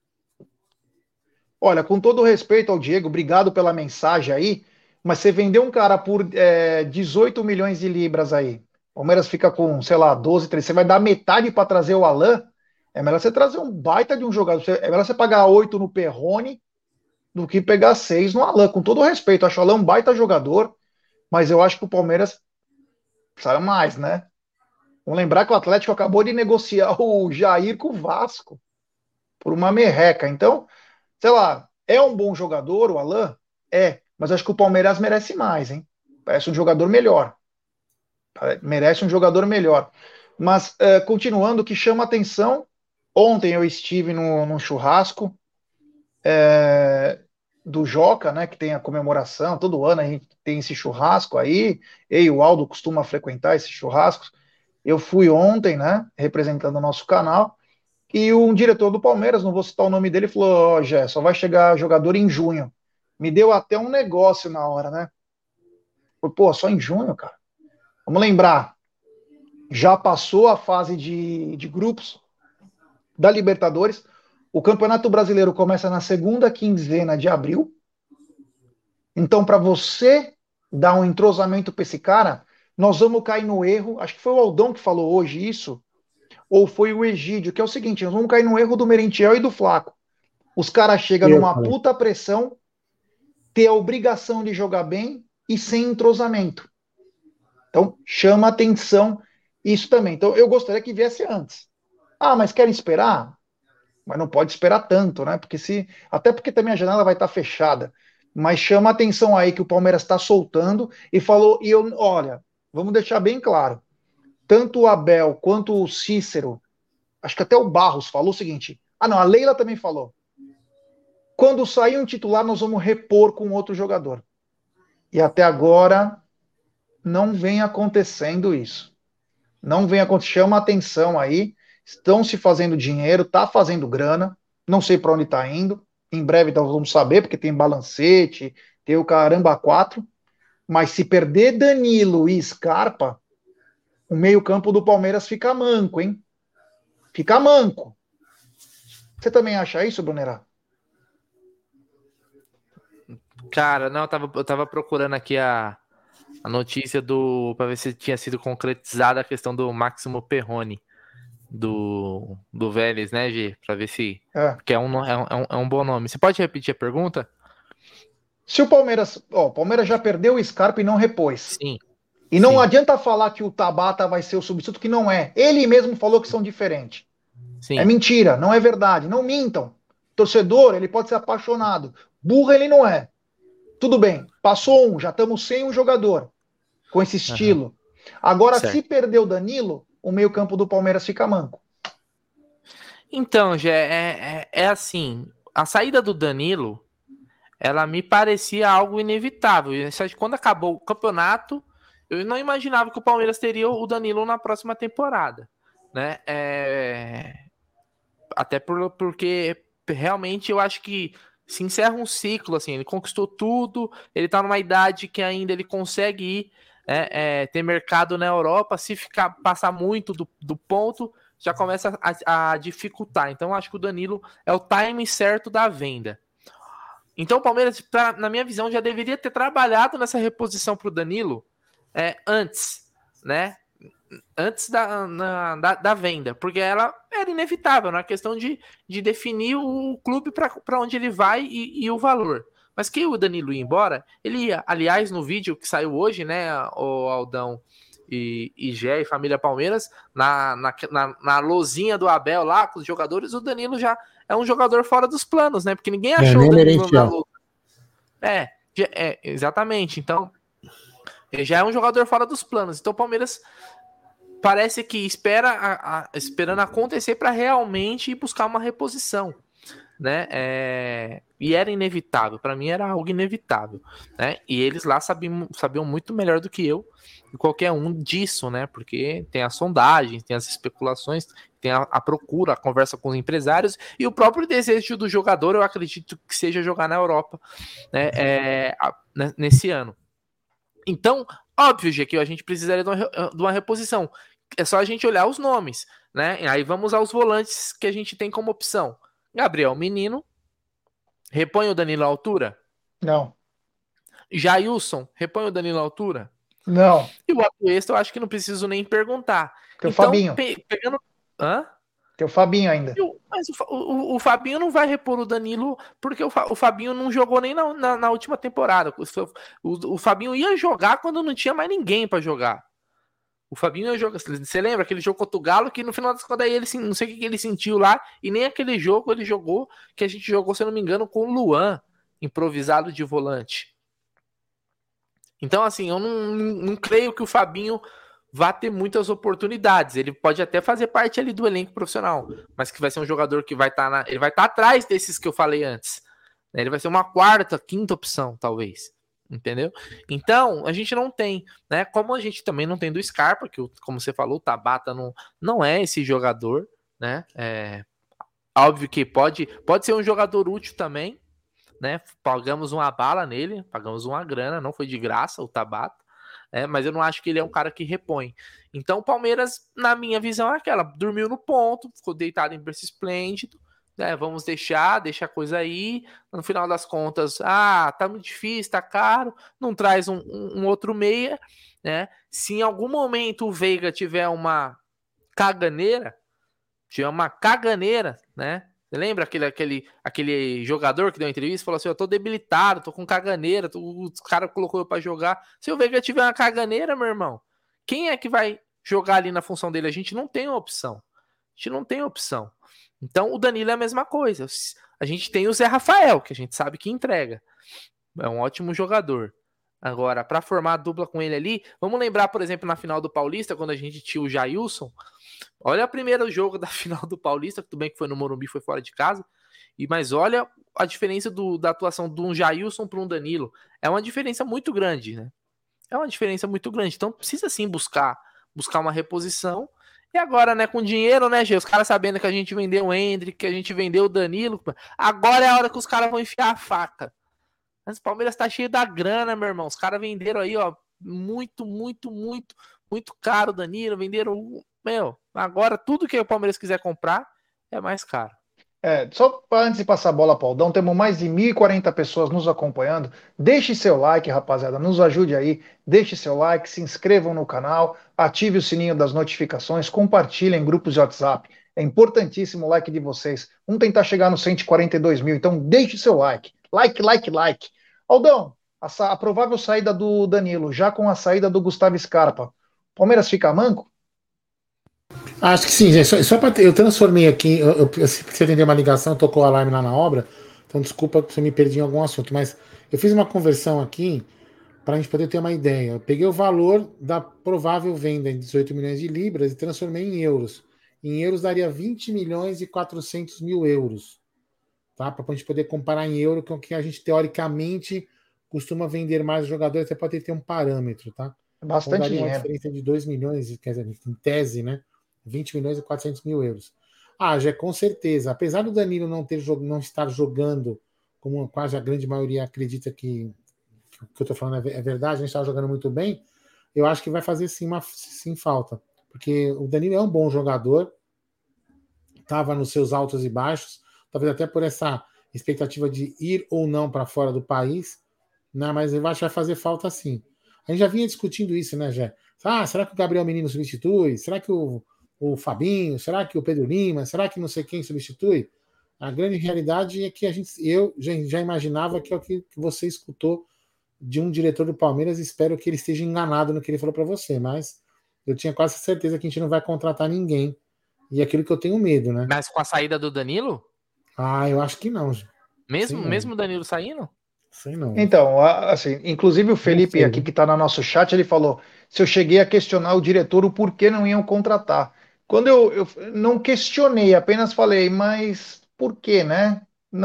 olha, com todo respeito ao Diego, obrigado pela mensagem aí, mas você vendeu um cara por é, dezoito milhões de libras aí. O Palmeiras fica com, sei lá, doze, treze. Você vai dar metade para trazer o Alan? É melhor você trazer um baita de um jogador. É melhor você pagar oito no Perrone do que pegar seis no Alan. Com todo respeito, eu acho o Alan um baita jogador, mas eu acho que o Palmeiras precisa mais, né? Vamos lembrar que o Atlético acabou de negociar o Jair com o Vasco por uma merreca. Então, sei lá, é um bom jogador, o Alan? É, mas acho que o Palmeiras merece mais, hein? Parece um jogador melhor. Merece um jogador melhor. Mas, é, continuando, o que chama atenção, ontem eu estive no, num churrasco é, do Joca, né, que tem a comemoração, todo ano a gente tem esse churrasco aí, eu e o Aldo costuma frequentar esses churrascos. Eu fui ontem, né, representando o nosso canal, e um diretor do Palmeiras, não vou citar o nome dele, falou: ó, oh, Gé, só vai chegar jogador em junho. Me deu até um negócio na hora, né? Falei: pô, só em junho, cara? Vamos lembrar, já passou a fase de, de grupos da Libertadores. O Campeonato Brasileiro começa na segunda quinzena de abril. Então, para você dar um entrosamento para esse cara, nós vamos cair no erro. Acho que foi o Aldão que falou hoje isso, ou foi o Egídio, que é o seguinte: nós vamos cair no erro do Merentiel e do Flaco. Os caras chegam Eu numa falei. puta pressão, ter a obrigação de jogar bem e sem entrosamento. Então, chama atenção isso também. Então, eu gostaria que viesse antes. Ah, mas querem esperar? Mas não pode esperar tanto, né? Porque se, até porque também a janela vai estar fechada. Mas chama atenção aí que o Palmeiras está soltando e falou, e eu, olha, vamos deixar bem claro, tanto o Abel quanto o Cícero, acho que até o Barros falou o seguinte, ah não, a Leila também falou, quando sair um titular nós vamos repor com outro jogador. E até agora não vem acontecendo isso. Não vem acontecendo, chama atenção aí, estão se fazendo dinheiro, tá fazendo grana, não sei para onde está indo, em breve nós vamos saber, porque tem balancete, tem o caramba quatro, mas se perder Danilo e Scarpa, o meio-campo do Palmeiras fica manco, hein? Fica manco. Você também acha isso, Brunerá? Cara, não, eu tava, eu tava procurando aqui a, a notícia do para ver se tinha sido concretizada a questão do Máximo Perrone do, do Vélez, né, G? Pra ver se. É. Porque é um, é, um, é um bom nome. Você pode repetir a pergunta? Se o Palmeiras. Ó, o Palmeiras já perdeu o Scarpa e não repôs. Sim. E não sim. adianta falar que o Tabata vai ser o substituto, que não é. Ele mesmo falou que são diferentes. Sim. É mentira, não é verdade. Não mintam. Torcedor, ele pode ser apaixonado. Burro ele não é. Tudo bem, passou um, já estamos sem um jogador com esse estilo. Uhum. Agora, certo. Se perder o Danilo, o meio-campo do Palmeiras fica manco. Então, Gé, é, é, é assim, a saída do Danilo, ela me parecia algo inevitável. Quando acabou o campeonato, eu não imaginava que o Palmeiras teria o Danilo na próxima temporada, né? É... Até por, porque realmente eu acho que se encerra um ciclo, assim, ele conquistou tudo, ele tá numa idade que ainda ele consegue ir, é, é, ter mercado na Europa, se ficar, passar muito do, do ponto, já começa a, a dificultar. Então, acho que o Danilo é o timing certo da venda. Então, o Palmeiras, pra, na minha visão, já deveria ter trabalhado nessa reposição pro Danilo é, antes, né? Antes da, na, da, da venda, porque ela era inevitável, na questão de, de definir o clube para onde ele vai e, e o valor. Mas que o Danilo ia embora, ele ia, aliás, no vídeo que saiu hoje, né, o Aldão e, e Gé e Família Palmeiras, na, na, na, na lozinha do Abel lá, com os jogadores, o Danilo já é um jogador fora dos planos, né, porque ninguém achou é, o Danilo na luta. É, é, exatamente, então, ele já é um jogador fora dos planos, então o Palmeiras parece que espera a, a, esperando acontecer para realmente ir buscar uma reposição, né? É, e era inevitável, para mim era algo inevitável, né? E eles lá sabiam, sabiam muito melhor do que eu e qualquer um disso, né? Porque tem as sondagens, tem as especulações, tem a, a procura, a conversa com os empresários e o próprio desejo do jogador, eu acredito que seja jogar na Europa, né? É, a, nesse ano. Então, óbvio, G, que a gente precisaria de uma, de uma reposição. É só a gente olhar os nomes, né? Aí vamos aos volantes que a gente tem como opção. Gabriel Menino, repõe o Danilo à altura? Não. Jailson, repõe o Danilo à altura? Não. E o Atuesta eu acho que não preciso nem perguntar. Tem o então, Fabinho. Pe- pegando... Hã? Tem o Fabinho ainda. Eu, mas o, o, o Fabinho não vai repor o Danilo, porque o, o Fabinho não jogou nem na, na, na última temporada. O, o, o Fabinho ia jogar quando não tinha mais ninguém para jogar. O Fabinho ia jogar. Você lembra aquele jogo contra o Galo que no final das contas ele não sei o que ele sentiu lá, e nem aquele jogo ele jogou, que a gente jogou, se eu não me engano, com o Luan, improvisado de volante. Então, assim, eu não, não, não creio que o Fabinho vai ter muitas oportunidades. Ele pode até fazer parte ali do elenco profissional, mas que vai ser um jogador que vai estar tá na, ele vai estar tá atrás desses que eu falei antes. Ele vai ser uma quarta, quinta opção, talvez. Entendeu? Então, a gente não tem, né? Como a gente também não tem do Scarpa, que, como você falou, o Tabata não, não é esse jogador, né? É óbvio que pode, pode ser um jogador útil também, né? Pagamos uma bala nele, pagamos uma grana, não foi de graça o Tabata, né? Mas eu não acho que ele é um cara que repõe. Então o Palmeiras, na minha visão, é aquela, dormiu no ponto, ficou deitado em berço esplêndido, né? Vamos deixar, deixa a coisa aí, no final das contas, ah, tá muito difícil, tá caro, não traz um, um, um outro meia, né? Se em algum momento o Veiga tiver uma caganeira, tiver uma caganeira, né? Você lembra aquele, aquele, aquele jogador que deu uma entrevista e falou assim: eu tô debilitado, tô com caganeira, tô, os caras colocou eu pra jogar. Se o Veiga tiver uma caganeira, meu irmão, quem é que vai jogar ali na função dele? A gente não tem opção. A gente não tem opção. Então o Danilo é a mesma coisa. A gente tem o Zé Rafael, que a gente sabe que entrega. É um ótimo jogador. Agora, para formar a dupla com ele ali, vamos lembrar, por exemplo, na final do Paulista, quando a gente tinha o Jailson. Olha o primeiro jogo da final do Paulista, tudo bem que foi no Morumbi, foi fora de casa, e mas olha a diferença do, da atuação de um Jailson para um Danilo. É uma diferença muito grande, né? É uma diferença muito grande. Então precisa sim buscar, buscar uma reposição. E agora, né, com dinheiro, né, Gê? Os caras sabendo que a gente vendeu o Hendrick, que a gente vendeu o Danilo. Agora é a hora que os caras vão enfiar a faca. Mas o Palmeiras tá cheio da grana, meu irmão. Os caras venderam aí, ó, muito, muito, muito, muito caro o Danilo. Venderam, meu, agora tudo que o Palmeiras quiser comprar é mais caro. É, só antes de passar a bola para o Aldão, temos mais de mil e quarenta pessoas nos acompanhando. Deixe seu like, rapaziada, nos ajude aí. Deixe seu like, se inscrevam no canal, ative o sininho das notificações, compartilhem em grupos de WhatsApp. É importantíssimo o like de vocês. Vamos tentar chegar nos cento e quarenta e dois mil, então deixe seu like. Like, like, like. Aldão, a, sa a provável saída do Danilo, já com a saída do Gustavo Scarpa. Palmeiras fica manco? Acho que sim, gente. Só, só pra, eu transformei aqui, eu, eu, eu preciso atender uma ligação, tocou o alarme lá na obra, então desculpa se eu me perdi em algum assunto, mas eu fiz uma conversão aqui para a gente poder ter uma ideia. Eu peguei o valor da provável venda em dezoito milhões de libras e transformei em euros. Em euros daria vinte milhões e quatrocentos mil euros. Tá? Para a gente poder comparar em euro com o que a gente teoricamente costuma vender mais os jogadores, até pode ter um parâmetro, tá? Bastante então daria uma dinheiro. diferença de dois milhões, quer dizer, em tese, né? vinte milhões e quatrocentos mil euros. Ah, já com certeza. Apesar do Danilo não, ter, não estar jogando, como quase a grande maioria acredita que o que eu estou falando é verdade, a gente está jogando muito bem, eu acho que vai fazer sim, uma, sim falta. Porque o Danilo é um bom jogador, estava nos seus altos e baixos, talvez até por essa expectativa de ir ou não para fora do país, né? Mas eu acho que vai fazer falta sim. A gente já vinha discutindo isso, né, Jé? Ah, será que o Gabriel Menino substitui? Será que o o Fabinho, será que o Pedro Lima, será que não sei quem substitui? A grande realidade é que a gente, eu já, já imaginava que é o que você escutou de um diretor do Palmeiras, espero que ele esteja enganado no que ele falou para você, mas eu tinha quase certeza que a gente não vai contratar ninguém, e é aquilo que eu tenho medo, né? Mas com a saída do Danilo? Ah, eu acho que não. Mesmo, mesmo o Danilo saindo? Sei não. Então, assim, inclusive o Felipe aqui que está no nosso chat, ele falou, se eu cheguei a questionar o diretor o porquê não iam contratar. Quando eu, eu não questionei, apenas falei, mas por quê, né?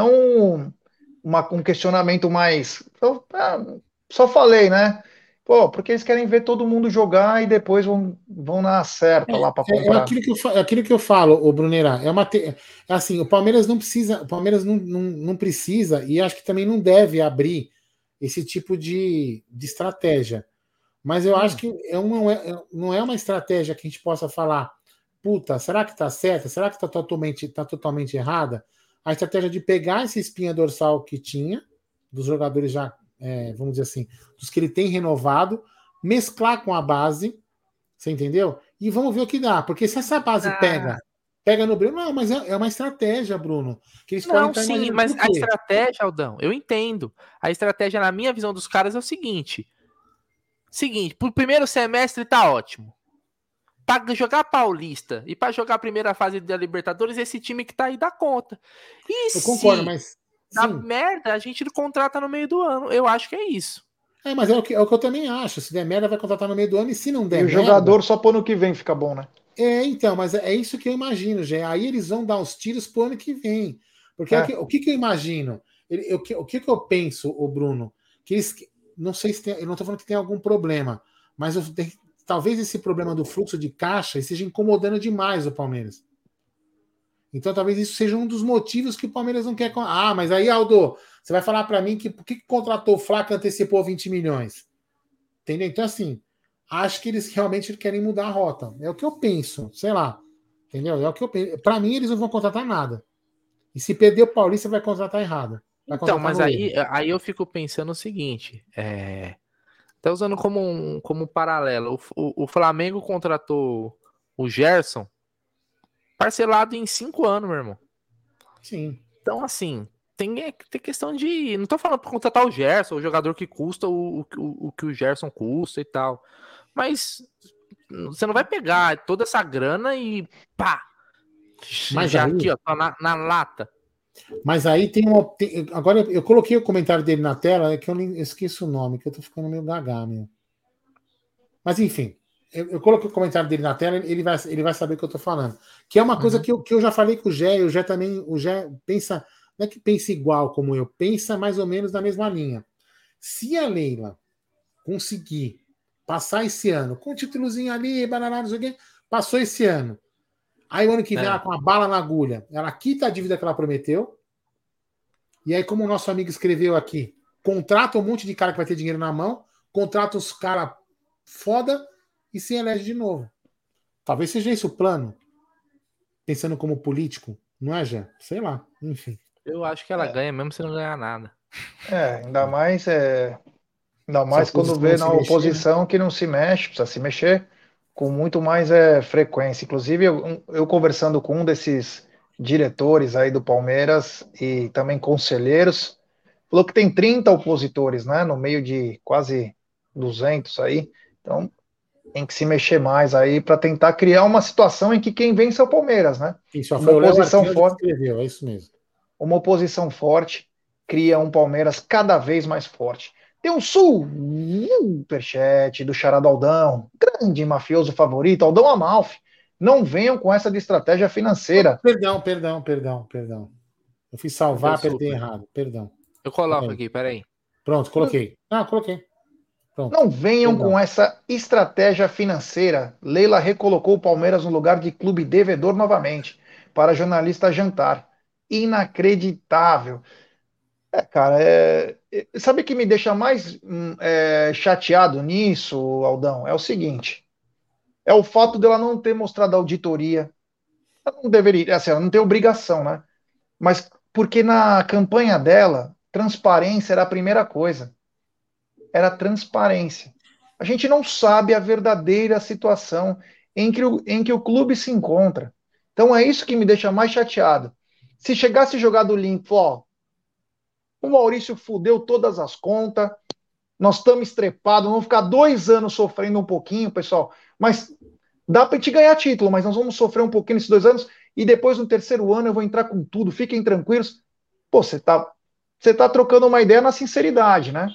Não uma, um questionamento mais. Eu, ah, só falei, né? Pô, porque eles querem ver todo mundo jogar e depois vão, vão na certa lá para É, é, comprar. aquilo que eu, é aquilo que eu falo, o Brunerá. É uma te... é assim, o Palmeiras não precisa, o Palmeiras não, não, não precisa e acho que também não deve abrir esse tipo de, de estratégia. Mas eu hum. acho que é uma, não é uma estratégia que a gente possa falar. Puta, será que está certa? Será que está totalmente, tá totalmente errada? A estratégia de pegar essa espinha dorsal que tinha, dos jogadores já, é, vamos dizer assim, dos que ele tem renovado, mesclar com a base, você entendeu? E vamos ver o que dá, porque se essa base ah. pega, pega no Bruno, não, mas é, é uma estratégia, Bruno. Que eles não, sim, mas a estratégia, Aldão, eu entendo. A estratégia, na minha visão dos caras, é o seguinte: seguinte, pro primeiro semestre tá ótimo. Para jogar Paulista e para jogar a primeira fase da Libertadores, esse time que tá aí dá conta. E eu se concordo, mas dá merda, a gente contrata no meio do ano. Eu acho que é isso. É, mas é o que, é o que eu também acho. Se der merda, vai contratar no meio do ano, e se não der e o merda... jogador só pro ano que vem fica bom, né? É, então, mas é, é isso que eu imagino, Gê. Aí eles vão dar os tiros pro ano que vem. Porque é. o, que, o que, que eu imagino? Ele, eu, o que, que eu penso, o Bruno? Que eles... Não sei se tem... Eu não tô falando que tem algum problema, mas eu, tem, talvez esse problema do fluxo de caixa esteja incomodando demais o Palmeiras. Então talvez isso seja um dos motivos que o Palmeiras não quer... Ah, mas aí, Aldo, você vai falar para mim que por que, que contratou o Flá que antecipou vinte milhões? Entendeu? Então, assim, acho que eles realmente querem mudar a rota. É o que eu penso, sei lá. Entendeu? É o que eu penso. Para mim, eles não vão contratar nada. E se perder o Paulista, vai contratar errado. Vai Então, contratar mas no aí, erro. aí eu fico pensando o seguinte, é... tá usando como um como paralelo. O, o, o Flamengo contratou o Gerson parcelado em cinco anos, meu irmão. Sim. Então, assim, tem, é, tem questão de. Não tô falando pra contratar o Gerson, o jogador que custa o, o, o que o Gerson custa e tal. Mas você não vai pegar toda essa grana e pá! Mas Já aí, aqui, ó, tá na, na lata. mas aí tem uma. Tem, agora eu, eu coloquei o comentário dele na tela, é que eu nem eu esqueço o nome, que eu tô ficando meio gaga, meu. Mas enfim, eu, eu coloquei o comentário dele na tela, ele vai, ele vai saber o que eu tô falando. Que é uma coisa Uhum. que, eu, que eu já falei com o Gé, e o Gé também, o Gé pensa, não é que pensa igual como eu, pensa mais ou menos na mesma linha. Se a Leila conseguir passar esse ano, com um títulozinho ali, bananada, não sei o quê, passou esse ano. Aí o ano que vem É. ela com a bala na agulha, ela quita a dívida que ela prometeu. E aí, como o nosso amigo escreveu aqui, contrata um monte de cara que vai ter dinheiro na mão, contrata os caras foda e se elege de novo. Talvez seja isso o plano. Pensando como político, não é, Jé? Sei lá, enfim. Eu acho que ela É, ganha mesmo se não ganhar nada. é, ainda mais, é, ainda Se a mais quando oposição não vê se na mexer, né? oposição que não se mexe, precisa se mexer com muito mais é, frequência. Inclusive, eu, um, eu conversando com um desses diretores aí do Palmeiras e também conselheiros, falou que tem trinta opositores, né, no meio de quase duzentos aí. Então, tem que se mexer mais aí para tentar criar uma situação em que quem vence é o Palmeiras, né? Isso, Uma foi o Léo oposição Arcanjo que forte, escreveu, é isso mesmo. uma oposição forte cria um Palmeiras cada vez mais forte. Tem um superchat do Charada Aldão, grande mafioso favorito, Aldão Amalfi. Não venham com essa de estratégia Oh, financeira. perdão, perdão, perdão, perdão. Eu fiz salvar, Super, apertei super. errado. Perdão. Eu coloco Peraí. aqui, peraí. Pronto, coloquei. Ah, coloquei. Pronto. Não venham Perdão. com essa estratégia financeira. Leila recolocou o Palmeiras no lugar de clube devedor novamente, para jornalista jantar. Inacreditável. É, cara, é... é- sabe o que me deixa mais hum, é, chateado nisso, Aldão? É o seguinte: é o fato dela não ter mostrado auditoria. Ela não deveria, assim, ela não tem obrigação, né? Mas porque na campanha dela, transparência era a primeira coisa. Era transparência. A gente não sabe a verdadeira situação em que o, em que o clube se encontra. Então é isso que me deixa mais chateado. Se chegasse jogado limpo, ó, o Maurício fudeu todas as contas, nós estamos estrepados, vamos ficar dois anos sofrendo um pouquinho, pessoal, mas dá para te ganhar título, mas nós vamos sofrer um pouquinho nesses dois anos e depois no terceiro ano eu vou entrar com tudo, fiquem tranquilos. Pô, você tá, você tá trocando uma ideia na sinceridade, né?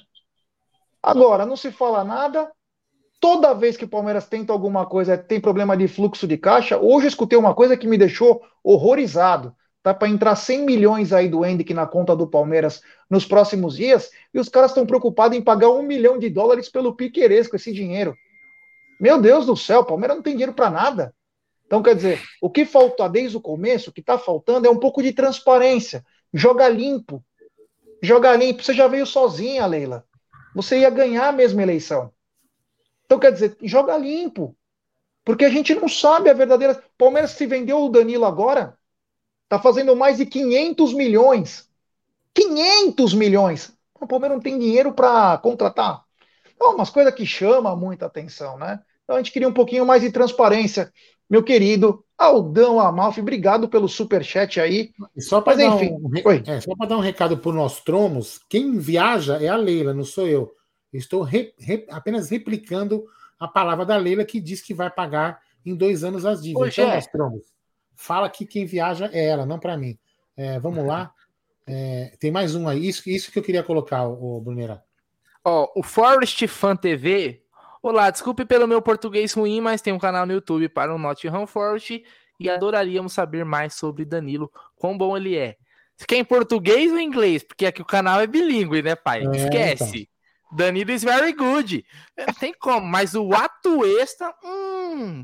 Agora, não se fala nada. Toda vez que o Palmeiras tenta alguma coisa, tem problema de fluxo de caixa. Hoje eu escutei uma coisa que me deixou horrorizado. Tá para entrar cem milhões aí do Henrique na conta do Palmeiras nos próximos dias e os caras estão preocupados em pagar um milhão de dólares pelo Piquerez com esse dinheiro. Meu Deus do céu, o Palmeiras não tem dinheiro para nada. Então, quer dizer, o que falta desde o começo, o que está faltando é um pouco de transparência. Joga limpo. Joga limpo. Você já veio sozinha, Leila. Você ia ganhar a mesma eleição. Então, quer dizer, joga limpo. Porque a gente não sabe a verdadeira. Palmeiras se vendeu o Danilo agora, está fazendo mais de quinhentos milhões. quinhentos milhões. O Palmeiras não tem dinheiro para contratar. Então, umas coisas que chamam muita atenção, né? Então a gente queria um pouquinho mais de transparência. Meu querido Aldão Amalfi, obrigado pelo superchat aí. E só para Mas dar enfim, um, re- oi. é, só para dar um recado para nós tromos, quem viaja é a Leila, não sou eu. Eu estou re- re- apenas replicando a palavra da Leila que diz que vai pagar em dois anos as dívidas. Hoje Então, nós é. tromos, fala que quem viaja é ela, não para mim. É, vamos lá. É, tem mais um aí. Isso, isso que eu queria colocar, o Brunera. Ó, o Forest Fan T V. Olá, desculpe pelo meu português ruim, mas tem um canal no YouTube para o Nottingham Forest e adoraríamos saber mais sobre Danilo, quão bom ele é. Você quer em português ou em inglês? Porque aqui o canal é bilíngue, né, pai? É, Esquece. Danilo is very good. Não tem como, mas o Atuesta, hum...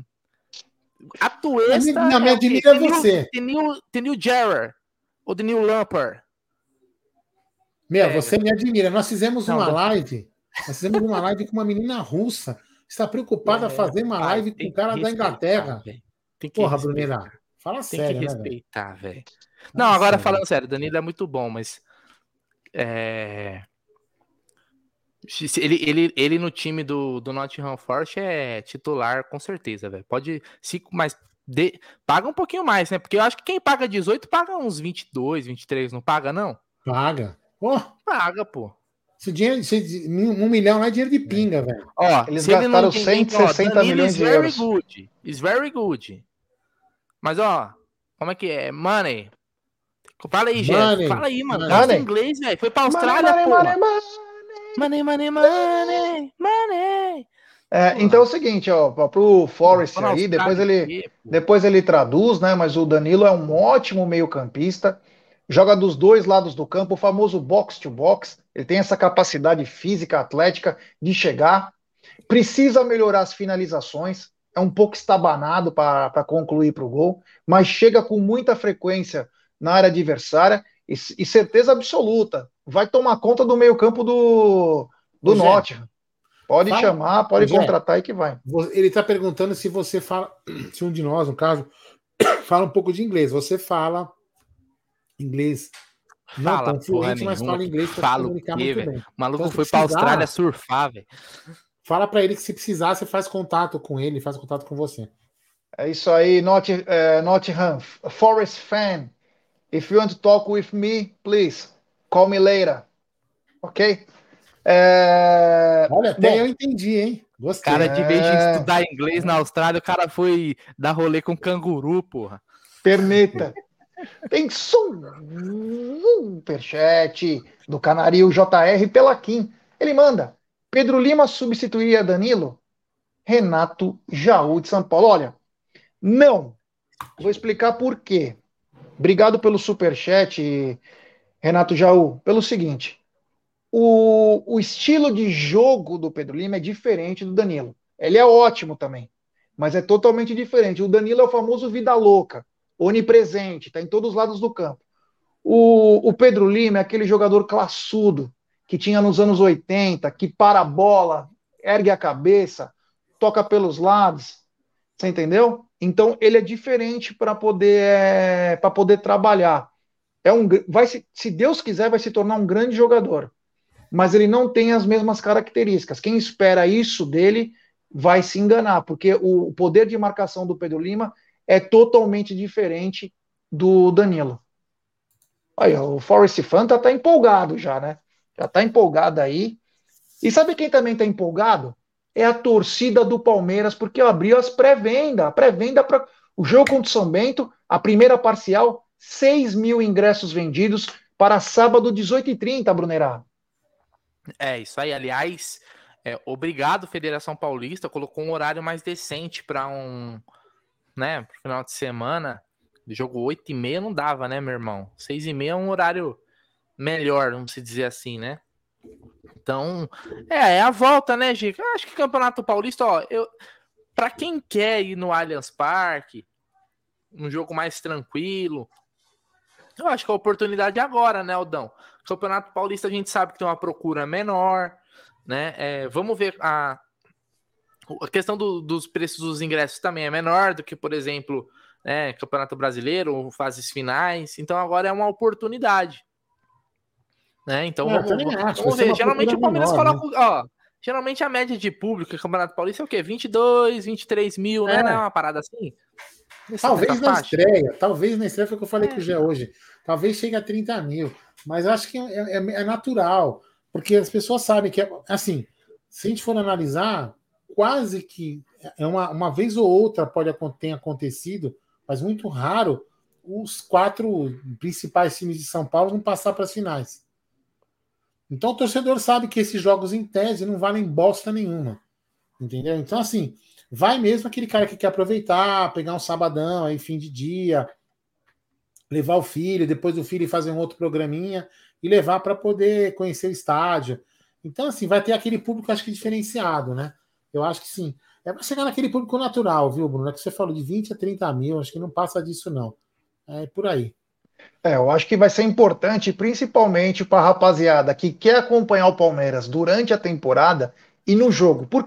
Atuesta Não, me é o quê? admira você. Tem new, tem new Gerrard ou The New Lampard? Meu, Pega. você me admira. Nós fizemos Não, uma dá- live, nós fizemos uma live com uma menina russa, está preocupado É, a fazer uma pai, live com tem o cara que da respeitar, Inglaterra. velho. Tem que Porra, respeitar. Brunera, fala Tem sério, que né, velho? respeitar, velho. Não, Fala agora sério. falando sério, Danilo é muito bom, mas é, se- ele, ele, ele no time do, do Nottingham Forest é titular, com certeza, velho. Pode. Se, mas de- paga um pouquinho mais, né? Porque eu acho que quem paga dezoito paga uns vinte e dois, vinte e três, não paga, não? Paga. Pô, Paga, pô. esse dinheiro, esse, um milhão não é dinheiro de pinga, velho. Ó, Eles se ele não gastaram entender cento e que, ó, sessenta Danilo milhões is de very euros. good. Is very good. Mas, ó, como é que é? Money. Fala aí, Jeff. Money, Fala aí, mano. money. Gasta Money. inglês, velho. Foi pra Money, Austrália, money, porra. money, money. Money, money, money. Money. É, então é o seguinte, ó, pro Forrest Tô na aí, depois Austrália ele, aqui, pô. depois ele traduz, né? Mas o Danilo é um ótimo meio-campista, joga dos dois lados do campo, o famoso box to box. Ele tem essa capacidade física, atlética de chegar. Precisa melhorar as finalizações, é um pouco estabanado para concluir para o gol, mas chega com muita frequência na área adversária e, e certeza absoluta, vai tomar conta do meio-campo do, do Ô, Jé, Nottingham. Pode fala, chamar, pode ô, Jé, contratar e que vai. vo- ele tá perguntando se você fala, se um de nós, no caso, fala um pouco de inglês. Você fala inglês não Fala tão porra fluente, mas nenhuma. fala Que inglês para se fala o comunicar quê, muito velho? bem. O maluco Então, se foi pra precisar, Austrália surfar, velho. fala para ele que se precisar, você faz contato com ele, faz contato com você. É isso aí, Not, é, Nottingham, Forest fan. If you want to talk with me, please call me later. Ok? É, Olha, até bom, eu entendi, hein? Gostei. Cara, de vez de é, estudar inglês na Austrália, o cara foi dar rolê com canguru, porra. Perneta. Tem superchat do Canarinho J R pela Kim. Ele manda: Pedro Lima substituiria Danilo? Renato Jaú de São Paulo. Olha, não. Vou explicar por quê. Obrigado pelo superchat, Renato Jaú. Pelo seguinte: o, o estilo de jogo do Pedro Lima é diferente do Danilo. Ele é ótimo também, mas é totalmente diferente. O Danilo é o famoso vida louca, onipresente, está em todos os lados do campo. O, o Pedro Lima é aquele jogador classudo que tinha nos anos oitenta, que para a bola, ergue a cabeça, toca pelos lados. Você entendeu? Então ele é diferente para poder, é, para poder trabalhar. É um, vai se, se Deus quiser, vai se tornar um grande jogador. Mas ele não tem as mesmas características. Quem espera isso dele vai se enganar, porque o poder de marcação do Pedro Lima é totalmente diferente do Danilo. Aí, o Forrest Fan tá, tá empolgado já, né? Já tá empolgado aí. E sabe quem também tá empolgado? É a torcida do Palmeiras, porque abriu as pré-venda. A pré-venda para o jogo contra o São Bento, a primeira parcial, seis mil ingressos vendidos para sábado, dezoito e trinta, Brunerá. É, isso aí. Aliás, é, obrigado, Federação Paulista. Colocou um horário mais decente para um, né, pro final de semana. Jogo oito e meia não dava, né, meu irmão? seis e meia é um horário melhor, vamos se dizer assim, né? Então, é, é a volta, né, Gica? Eu acho que Campeonato Paulista, ó, eu, pra quem quer ir no Allianz Parque, um jogo mais tranquilo, eu acho que a oportunidade é agora, né, Aldão? Campeonato Paulista a gente sabe que tem uma procura menor, né? É, vamos ver a, a questão do, dos preços dos ingressos também é menor do que, por exemplo, né, Campeonato Brasileiro ou fases finais. Então agora é uma oportunidade, né? Então É, vamos, também acho, vamos vai ser ver. uma Geralmente o procura Palmeiras menor, coloca, ó, geralmente a média de público do Campeonato Paulista é o quê? vinte e dois, vinte e três mil, né? É. Não é uma parada assim? Nessa, Talvez nessa na faixa? estreia, talvez na estreia foi o que eu falei É. com o Gé hoje. Talvez chegue a trinta mil. Mas acho que é, é, é natural. Porque as pessoas sabem que, é, assim, se a gente for analisar, quase que é uma, uma vez ou outra pode ter acontecido, mas muito raro, os quatro principais times de São Paulo não passar para as finais. Então o torcedor sabe que esses jogos, em tese, não valem bosta nenhuma. Entendeu? Então, assim, vai mesmo aquele cara que quer aproveitar, pegar um sabadão aí, fim de dia, levar o filho, depois do filho fazer um outro programinha e levar para poder conhecer o estádio. Então, assim, vai ter aquele público, acho que diferenciado, né? Eu acho que sim. É para chegar naquele público natural, viu, Bruno? É que você falou de vinte a trinta mil, acho que não passa disso, não. É por aí. É, eu acho que vai ser importante, principalmente para a rapaziada que quer acompanhar o Palmeiras durante a temporada e no jogo. Por quê?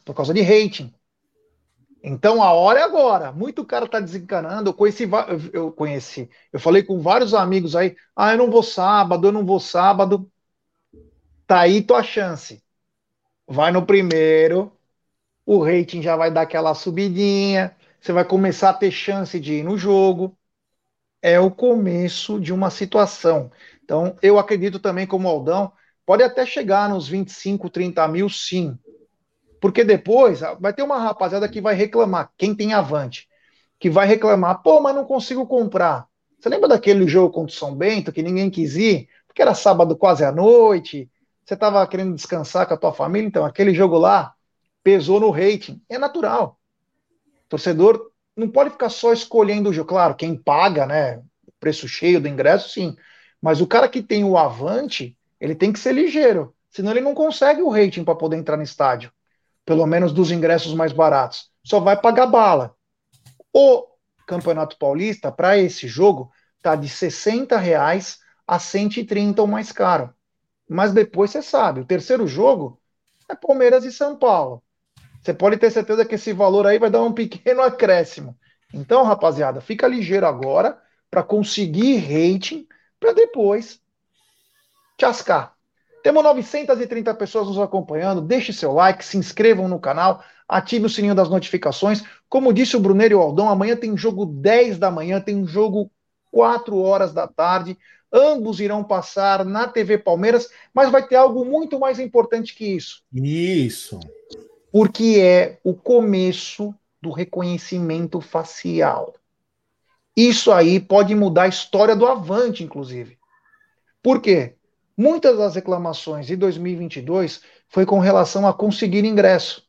Por causa de rating. Então a hora é agora. Muito cara tá desencanando. Eu conheci, eu conheci, eu falei com vários amigos aí. Ah, eu não vou sábado, eu não vou sábado. Tá aí tua chance. Vai no primeiro, o rating já vai dar aquela subidinha, você vai começar a ter chance de ir no jogo. É o começo de uma situação. Então, eu acredito também, como o Aldão, pode até chegar nos vinte e cinco, trinta mil, sim. Porque depois vai ter uma rapaziada que vai reclamar, quem tem Avante, que vai reclamar, pô, mas não consigo comprar. Você lembra daquele jogo contra o São Bento, que ninguém quis ir? Porque era sábado quase à noite, você estava querendo descansar com a tua família, então aquele jogo lá pesou no rating. É natural. O torcedor não pode ficar só escolhendo o jogo. Claro, quem paga, né, o preço cheio do ingresso, sim. Mas o cara que tem o Avante, ele tem que ser ligeiro, senão ele não consegue o rating para poder entrar no estádio. Pelo menos dos ingressos mais baratos. Só vai pagar bala. O Campeonato Paulista, para esse jogo, tá de sessenta reais a cento e trinta o mais caro. Mas depois você sabe, o terceiro jogo é Palmeiras e São Paulo. Você pode ter certeza que esse valor aí vai dar um pequeno acréscimo. Então, rapaziada, fica ligeiro agora para conseguir rating para depois chascar. Temos novecentas e trinta pessoas nos acompanhando. Deixe seu like, se inscrevam no canal, ative o sininho das notificações. Como disse o Bruneiro e o Aldão, amanhã tem jogo dez da manhã, tem um jogo quatro horas da tarde. Ambos irão passar na T V Palmeiras, mas vai ter algo muito mais importante que isso. Isso. Porque é o começo do reconhecimento facial. Isso aí pode mudar a história do Avante, inclusive. Por quê? Muitas das reclamações de dois mil e vinte e dois foi com relação a conseguir ingresso.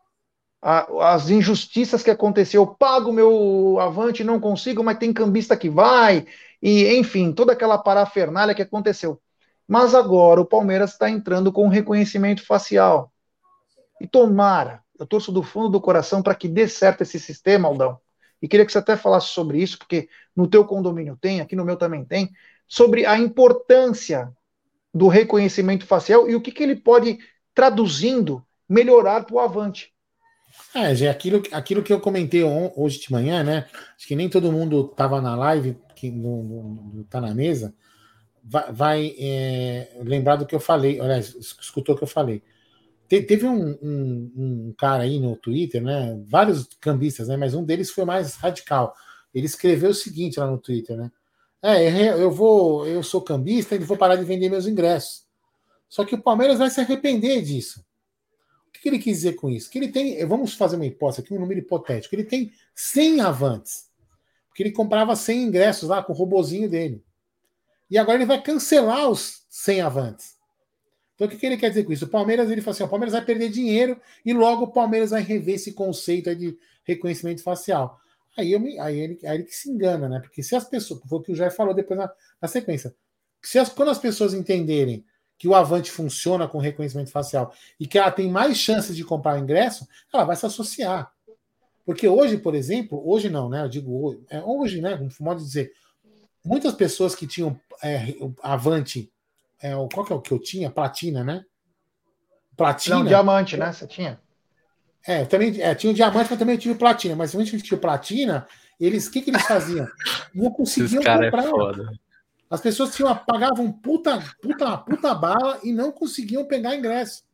A, as injustiças que aconteceu, eu pago meu Avante, não consigo, mas tem cambista que vai, e enfim, toda aquela parafernália que aconteceu. Mas agora o Palmeiras está entrando com reconhecimento facial. E tomara, eu torço do fundo do coração para que dê certo esse sistema, Aldão. E queria que você até falasse sobre isso, porque no teu condomínio tem, aqui no meu também tem, sobre a importância do reconhecimento facial e o que, que ele pode, traduzindo, melhorar para o Avante. É, já é aquilo, aquilo que eu comentei hoje de manhã, né? Acho que nem todo mundo estava na live, que não, não, não tá na mesa, vai, vai é, lembrar do que eu falei, aliás, escutou o que eu falei. Te, teve um, um, um cara aí no Twitter, né? Vários cambistas, né? Mas um deles foi mais radical. Ele escreveu o seguinte lá no Twitter, né? É, eu vou, eu sou cambista e vou parar de vender meus ingressos. Só que o Palmeiras vai se arrepender disso. O que ele quis dizer com isso? Que ele tem, vamos fazer uma hipótese aqui, um número hipotético. Ele tem cem avantes. Porque ele comprava cem ingressos lá com o robozinho dele. E agora ele vai cancelar os cem avantes. Então o que ele quer dizer com isso? O Palmeiras, ele fala assim, o Palmeiras vai perder dinheiro e logo o Palmeiras vai rever esse conceito de reconhecimento facial. Aí, eu me, aí, ele, aí ele que se engana, né? Porque se as pessoas, foi o que o Jair falou depois na, na sequência, se as, quando as pessoas entenderem que o Avante funciona com reconhecimento facial e que ela tem mais chances de comprar ingresso, ela vai se associar. Porque hoje, por exemplo, hoje não, né? Eu digo hoje, é hoje, né? Como modo de dizer, muitas pessoas que tinham é, Avante, é, qual que é o que eu tinha? Platina, né? Platina. Não, diamante, né? Você tinha? É, eu também é, tinha o diamante, mas também tive o platina. Mas se a gente tinha o platina, eles, o que, que eles faziam? Não conseguiam comprar. É As pessoas tinham, pagavam puta, puta, puta bala e não conseguiam pegar ingresso.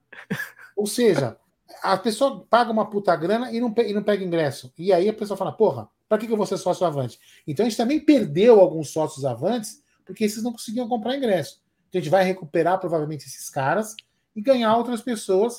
Ou seja, a pessoa paga uma puta grana e não, e não pega ingresso. E aí a pessoa fala, porra, pra que, que eu vou ser sócio Avante? Então a gente também perdeu alguns sócios Avantes porque esses não conseguiam comprar ingresso. Então a gente vai recuperar provavelmente esses caras e ganhar outras pessoas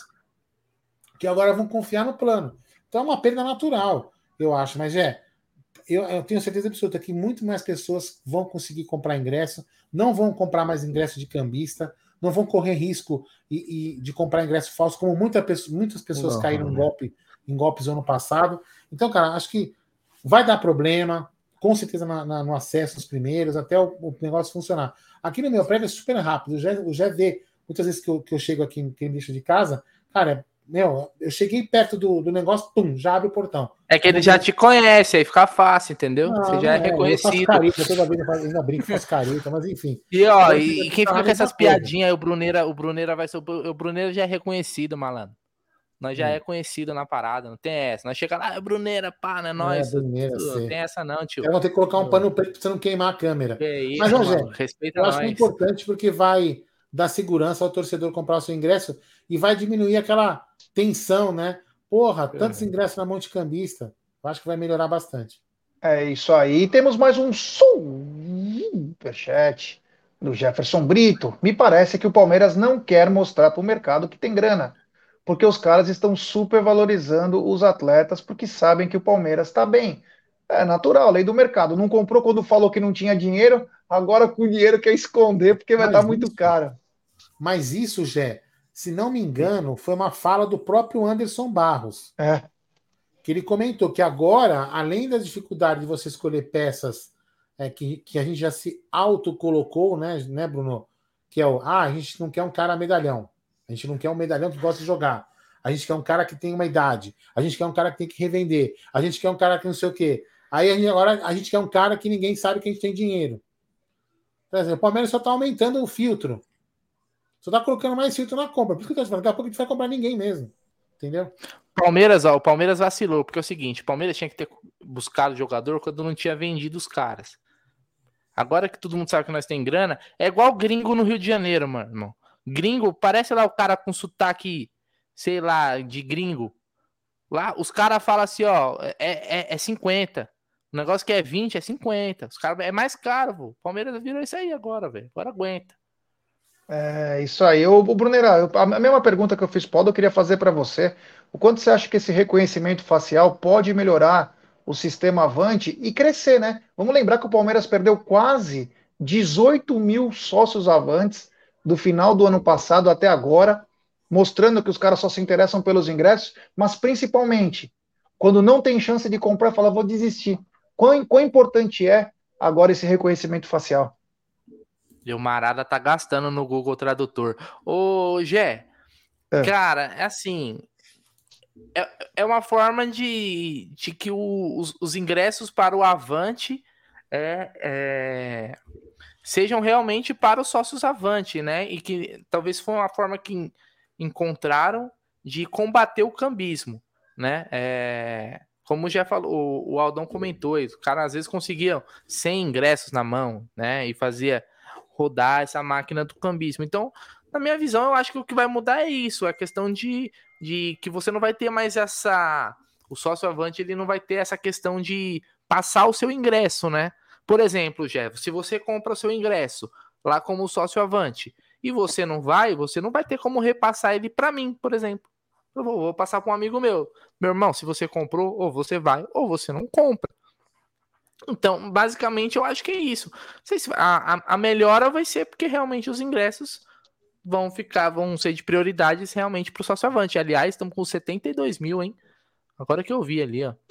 que agora vão confiar no plano. Então é uma perda natural, eu acho. Mas é, eu, eu tenho certeza absoluta que muito mais pessoas vão conseguir comprar ingresso, não vão comprar mais ingresso de cambista, não vão correr risco e, e de comprar ingresso falso, como muita, muitas pessoas uhum. caíram em, golpe, em golpes ano passado. Então, cara, acho que vai dar problema, com certeza na, na, no acesso dos primeiros, até o, o negócio funcionar. Aqui no meu prédio é super rápido, eu já, eu já vê, muitas vezes que eu, que eu chego aqui, que me deixo de casa, cara, meu, eu cheguei perto do, do negócio, pum, já abre o portão. É que ele já te conhece, aí fica fácil, entendeu? Não, Você já é, é reconhecido. Eu faço careta, toda vez eu ainda brinco, faço careta, mas enfim. E ó, e, e quem fica com essas piadinhas aí, o Bruneira, o Bruneira vai ser. O Bruneira já é reconhecido, malandro. nós já Hum. é conhecido na parada, não tem essa. Nós chega lá, ah, Bruneira, pá, não é É, nóis. Bruneira, Não sei. tem essa não, tio. Eu vou ter que colocar um pano preto pra você não queimar a câmera. Que é Mas, isso, Rogério, mano, respeita eu acho que é nós. importante porque vai dar segurança ao torcedor comprar o seu ingresso e vai diminuir aquela tensão, né? Porra, tantos É. ingressos na mão de cambista. Eu acho que vai melhorar bastante. É isso aí. Temos mais um superchat do Jefferson Brito. Me parece que o Palmeiras não quer mostrar para o mercado que tem grana, porque os caras estão supervalorizando os atletas porque sabem que o Palmeiras está bem. É natural, lei do mercado. Não comprou quando falou que não tinha dinheiro, agora com o dinheiro quer esconder porque vai estar Mas muito isso, caro. mas isso, Gé, se não me engano, foi uma fala do próprio Anderson Barros, É, que ele comentou que agora, além da dificuldade de você escolher peças é, que, que a gente já se autocolocou, né, né, Bruno? Que é o, ah, a gente não quer um cara medalhão, a gente não quer um medalhão que gosta de jogar, a gente quer um cara que tem uma idade, a gente quer um cara que tem que revender, a gente quer um cara que não sei o quê. Aí a gente, agora a gente quer um cara que ninguém sabe que a gente tem dinheiro. Por exemplo, o Palmeiras só está aumentando o filtro. Só está colocando mais filtro na compra. Por isso que eu tô falando, daqui a pouco a gente vai comprar ninguém mesmo. Entendeu? Palmeiras, ó, o Palmeiras vacilou, porque é o seguinte, o Palmeiras tinha que ter buscado jogador quando não tinha vendido os caras. Agora que todo mundo sabe que nós tem grana, é igual gringo no Rio de Janeiro, mano. Irmão. Gringo, parece lá o cara com sotaque, sei lá, de gringo. Lá, os caras falam assim, ó, é, é, é cinquenta. O negócio que é vinte é cinquenta. Os caras é mais caro, pô. O Palmeiras virou isso aí agora, velho. Agora aguenta. é isso aí. Ô, ô Brunera, eu- a mesma pergunta que eu fiz, Paulo, eu queria fazer para você. O quanto você acha que esse reconhecimento facial pode melhorar o sistema Avante e crescer, né? Vamos lembrar que o Palmeiras perdeu quase dezoito mil sócios Avantes do final do ano passado até agora, mostrando que os caras só se interessam pelos ingressos, mas principalmente, quando não tem chance de comprar, fala, vou desistir. Quão, quão importante é agora esse reconhecimento facial? E o Marada tá gastando no Google Tradutor. Ô, Gé, É. cara, é assim, é, é uma forma de, de que o- os, os ingressos para o Avante é, é, sejam realmente para os sócios Avante, né? E que talvez foi uma forma que en- encontraram de combater o cambismo, né? É, como já falou, o, o Aldão comentou isso, o cara às vezes conseguia cem ingressos na mão, né? E fazia rodar essa máquina do cambismo. Então, na minha visão, eu acho que o que vai mudar é isso, é a questão de, de que você não vai ter mais essa... O sócio Avante, ele não vai ter essa questão de passar o seu ingresso, né? Por exemplo, Jeff, se você compra o seu ingresso lá como sócio Avante e você não vai, você não vai ter como repassar ele para mim, por exemplo. Eu vou, vou passar para um amigo meu. Meu irmão, se você comprou, ou você vai, ou você não compra. Então, basicamente, eu acho que é isso. Não sei se a, a, a melhora vai ser porque realmente os ingressos vão ficar, vão ser de prioridades realmente para o sócio Avante. Aliás, estamos com setenta e dois mil, hein? Agora que eu vi ali, ó.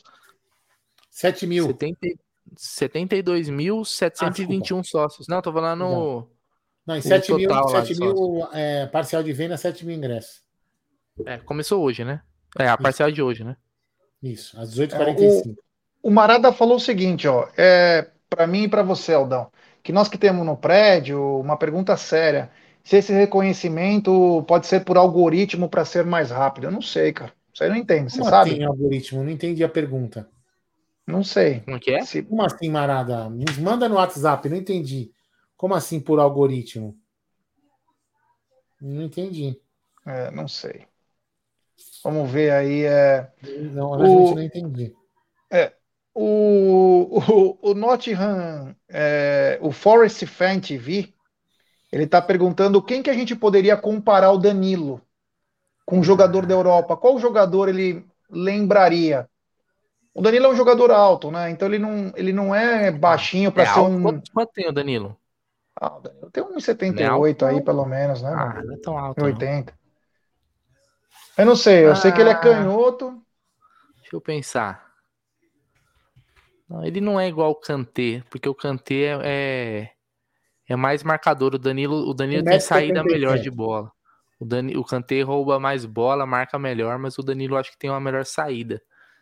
sete mil. setenta, setenta e dois mil Ah, setecentos e vinte e desculpa. um sócios. Não, tô Não, falando não em o sete mil, total lá de sete mil sócios. é, parcial de venda, sete mil ingressos. É, começou hoje, né? É, a Isso, parcial de hoje, né? isso às dezoito e É, quarenta e o, cinco. o Marada falou o seguinte, ó, é, para mim e para você, Aldão, que nós que temos no prédio, uma pergunta séria, se esse reconhecimento pode ser por algoritmo para ser mais rápido. Eu não sei, cara. Isso aí eu não entendo, você Como sabe? assim, algoritmo? Não entendi a pergunta. Não sei. Como é que é? Se, Como assim, Marada? Nos manda no WhatsApp, não entendi. Como assim por algoritmo? Não entendi. é, não sei. Vamos ver aí. É, Não, honestamente o, não entendi. é, o, o, o Nottingham, é, o Forest Fan T V, ele está perguntando quem que a gente poderia comparar o Danilo com um jogador da Europa. Qual jogador ele lembraria? O Danilo é um jogador alto, né? Então ele não, ele não é baixinho para É ser alto? Quanto, um. quanto tem o Danilo? Ah, o Danilo tem um Não é alto, setenta e oito aí, não. pelo menos, né, meu? Ah, não é tão alto, não. um oitenta. Eu não sei, eu sei que ele é Ah, canhoto. deixa eu pensar. Não, ele não é igual o Kanté, porque o Kanté é, é, é mais marcador. O Danilo, o Danilo tem saída melhor de um metro e setenta e sete. bola. O, Dani, o Kanté rouba mais bola, marca melhor, mas o Danilo acho que tem uma melhor saída.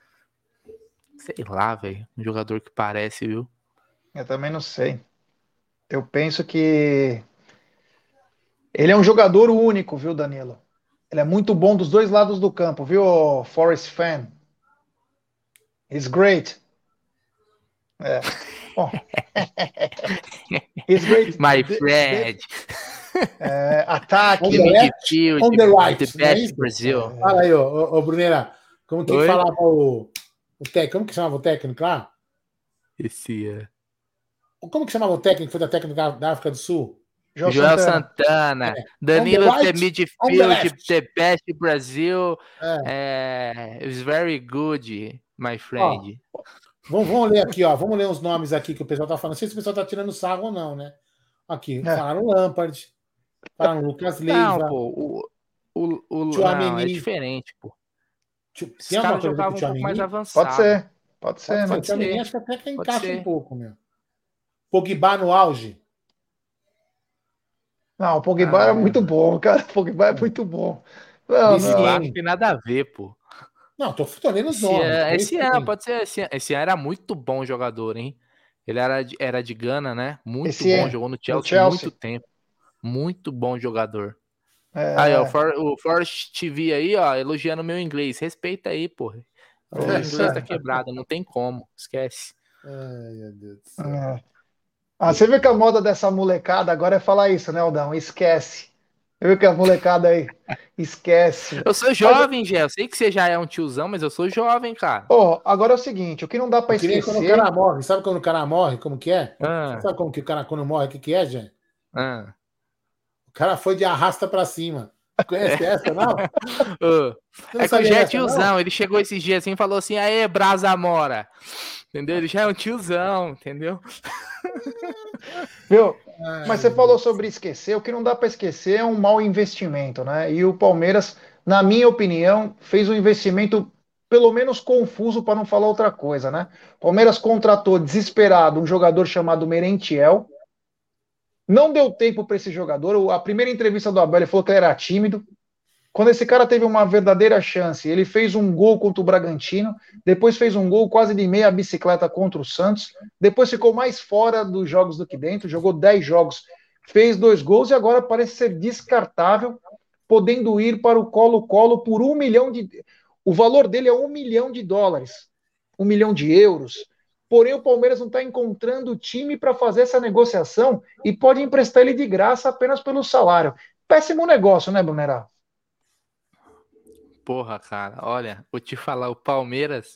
Sei lá, velho. Um jogador que parece, viu? Eu também não sei. Eu penso que ele é um jogador único, viu, Danilo? Ele é muito bom dos dois lados do campo, viu, Forest fan? He's great. É. Bom. He's great. My De, friend. De, é, ataque. On the left, midfield, on the right, the não é best isso? Brazil. É. Fala aí, ô, ô Brunera. Como que Oi? falava o, o técnico? Como que chamava o técnico lá? Esse é. Como que chamava o técnico que foi da técnica da África do Sul? João Joel Santana. Santana. É. Danilo, On the the right, on the midfield, left. the best Brazil. É. É, it's very good, my friend. Ó, vamos, vamos ler aqui, ó. Vamos ler os nomes aqui que o pessoal tá falando. Não sei se o pessoal tá tirando sarro ou não, né? Aqui, É. falaram Lampard, falaram Lucas Não, Leiva. pô, o, o, o, não, Tchouaméni. é diferente, pô. Tio- Os Tem alguma caras coisa jogavam com um o pouco mais Tchouaméni? avançado. Pode ser. Pode ser, Pode né? ser. O Tchouaméni ser. acho que até que Pode encaixa ser. um pouco, meu. Pogba no auge. Não, o Pogba Ah, é é. muito bom, cara. O Pogba é muito bom. Não, Esse não. Eu é- acho que tem nada a ver, pô. Não, tô, tô lendo os Esse, nomes. é, por esse isso que ano, tem. pode ser. Esse, esse ano era muito bom jogador, hein? Ele era de, era de Gana, né? Muito Esse bom, é jogou no do Chelsea, Chelsea. muito tempo. Muito bom jogador. É, Aí, ó, o, For, o Forest T V aí, ó, elogiando meu inglês. Respeita aí, porra. O É inglês isso aí. tá quebrado, não tem como. Esquece. Ai, meu Deus do céu. É. Ah, você vê que a moda dessa molecada agora é falar isso, né, Aldão? Esquece. Você viu que a molecada aí esquece. Eu sou jovem, Gé. Eu sei que você já é um tiozão, mas eu sou jovem, cara. Ó, agora é o seguinte, o que não dá pra É que nem quando o esquecer. cara morre. Sabe quando o cara morre? Como que é? Ah, Sabe como que o cara quando morre, o que que é, gente? ah. O cara foi de arrasta pra cima. Conhece essa, não? Ô, Você não é que o sabia Gé é dessa, não? tiozão. Ele chegou esses dias assim e falou assim: aê, Brasa Mora. Entendeu? Ele já é um tiozão, entendeu? Viu? Ai, Mas você falou sobre esquecer, o que não dá para esquecer é um mau investimento, né? E o Palmeiras, na minha opinião, fez um investimento pelo menos confuso, para não falar outra coisa, né? O Palmeiras contratou desesperado um jogador chamado Merentiel. Não deu tempo para esse jogador. A primeira entrevista do Abel, ele falou que ele era tímido. Quando esse cara teve uma verdadeira chance, ele fez um gol contra o Bragantino, depois fez um gol quase de meia bicicleta contra o Santos, depois ficou mais fora dos jogos do que dentro, jogou dez jogos, fez dois gols e agora parece ser descartável, podendo ir para o Colo-Colo por um milhão de... O valor dele é um milhão de dólares, um milhão de euros. Porém, o Palmeiras não está encontrando time para fazer essa negociação e pode emprestar ele de graça apenas pelo salário. Péssimo negócio, né, Brunera? Porra, cara, olha, vou te falar, o Palmeiras,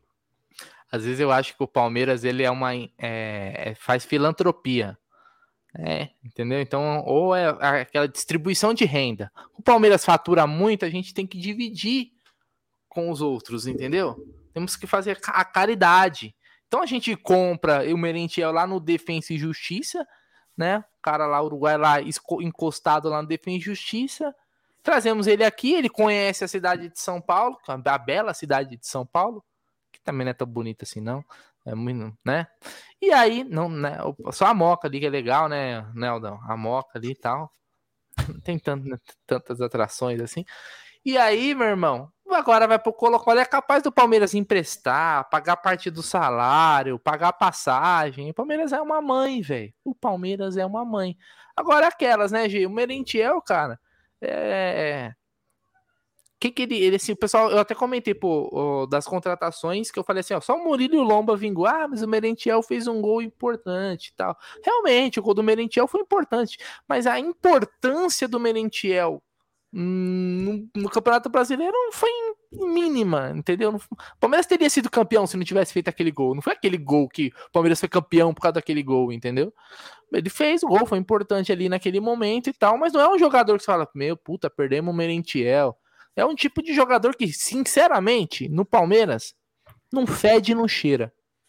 às vezes eu acho que o Palmeiras, ele é uma, é, faz filantropia, é, entendeu? Então, ou é aquela distribuição de renda. O Palmeiras fatura muito, a gente tem que dividir com os outros, entendeu? Temos que fazer a caridade. Então a gente compra o Merentiel lá no Defensa e Justiça, né? O cara lá, o Uruguai lá, encostado lá no Defensa e Justiça. Trazemos ele aqui, ele conhece a cidade de São Paulo, a bela cidade de São Paulo, que também não é tão bonita assim, não. É muito, né? E aí, não, né? Só a Moca ali que é legal, né, Neldão? A Moca ali e tal. Não tem tanto, tantas atrações assim. E aí, meu irmão, agora vai pro Colo-Colo, é capaz do Palmeiras emprestar, pagar parte do salário, pagar a passagem. O Palmeiras é uma mãe, velho. O Palmeiras é uma mãe. Agora aquelas, né, Gê? O Merentiel, cara, é... Que que ele, ele, assim, o pessoal, eu até comentei, pô, ó, das contratações, que eu falei assim, ó, só o Murilo e o Lomba vingou, ah, mas o Merentiel fez um gol importante e tal. Realmente, o gol do Merentiel foi importante, mas a importância do Merentiel No, no Campeonato Brasileiro foi mínima, entendeu? O Palmeiras teria sido campeão se não tivesse feito aquele gol. Não foi aquele gol que o Palmeiras foi campeão por causa daquele gol, entendeu? Ele fez o gol, foi importante ali naquele momento e tal, mas não é um jogador que você fala, meu, puta, perdemos o Merentiel. É um tipo de jogador que, sinceramente, no Palmeiras, não fede e não cheira.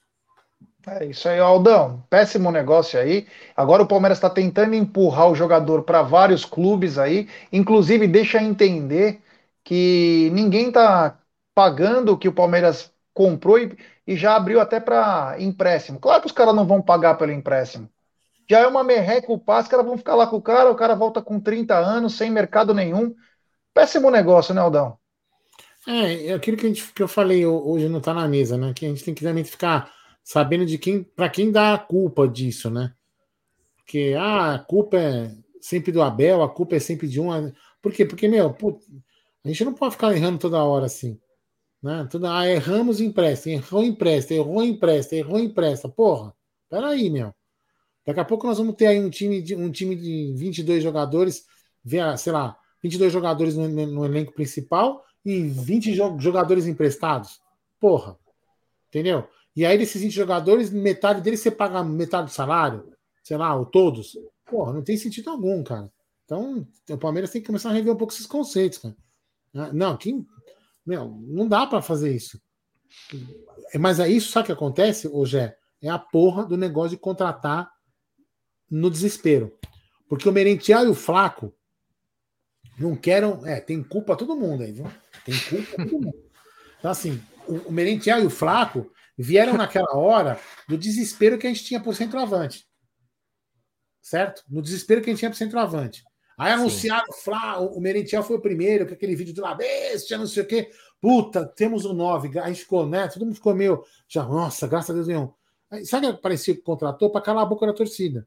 É isso aí, Aldão. Péssimo negócio aí. Agora o Palmeiras está tentando empurrar o jogador para vários clubes aí, inclusive deixa entender que ninguém está pagando o que o Palmeiras comprou e, e já abriu até para empréstimo. Claro que os caras não vão pagar pelo empréstimo. Já é uma merreca o passe, os caras vão ficar lá com o cara, o cara volta com trinta anos, sem mercado nenhum. Péssimo negócio, né, Aldão? É, é aquilo que, a gente, que eu falei hoje não tá na mesa, né? Que a gente tem que realmente ficar sabendo de quem, para quem dá a culpa disso, né? Porque ah, a culpa é sempre do Abel, a culpa é sempre de um. Por quê? Porque, meu, pô, A gente não pode ficar errando toda hora assim. Né? Toda, ah, erramos em empresta, errou em empresta, errou em empresta, errou em empresta. Porra, peraí, meu. Daqui a pouco nós vamos ter aí um time de, um time de vinte e dois jogadores, sei lá, vinte e dois jogadores no, no elenco principal e vinte jogadores emprestados. Porra. Entendeu? E aí, desses vinte jogadores, metade deles você paga metade do salário, sei lá, ou todos. Porra, não tem sentido algum, cara. Então, o Palmeiras tem que começar a rever um pouco esses conceitos, cara. Não, quem, meu, não dá para fazer isso. Mas é isso, sabe o que acontece, ô Gé? É a porra do negócio de contratar no desespero. Porque o Merentiel e o Flaco não querem. É, tem culpa todo mundo aí, viu? Tem culpa todo mundo. Então, assim, o, o Merentiel e o Flaco vieram naquela hora do desespero que a gente tinha por centroavante. Certo? No desespero que a gente tinha por centroavante. Aí anunciaram o Flá, o Merentiel foi o primeiro, com aquele vídeo de lá, bestia, não sei o quê. Puta, temos o nove. Aí ficou, né? Todo mundo ficou meio. Já, nossa, graças a Deus nenhum. Aí, sabe o que parecia que contratou? Para calar a boca da torcida.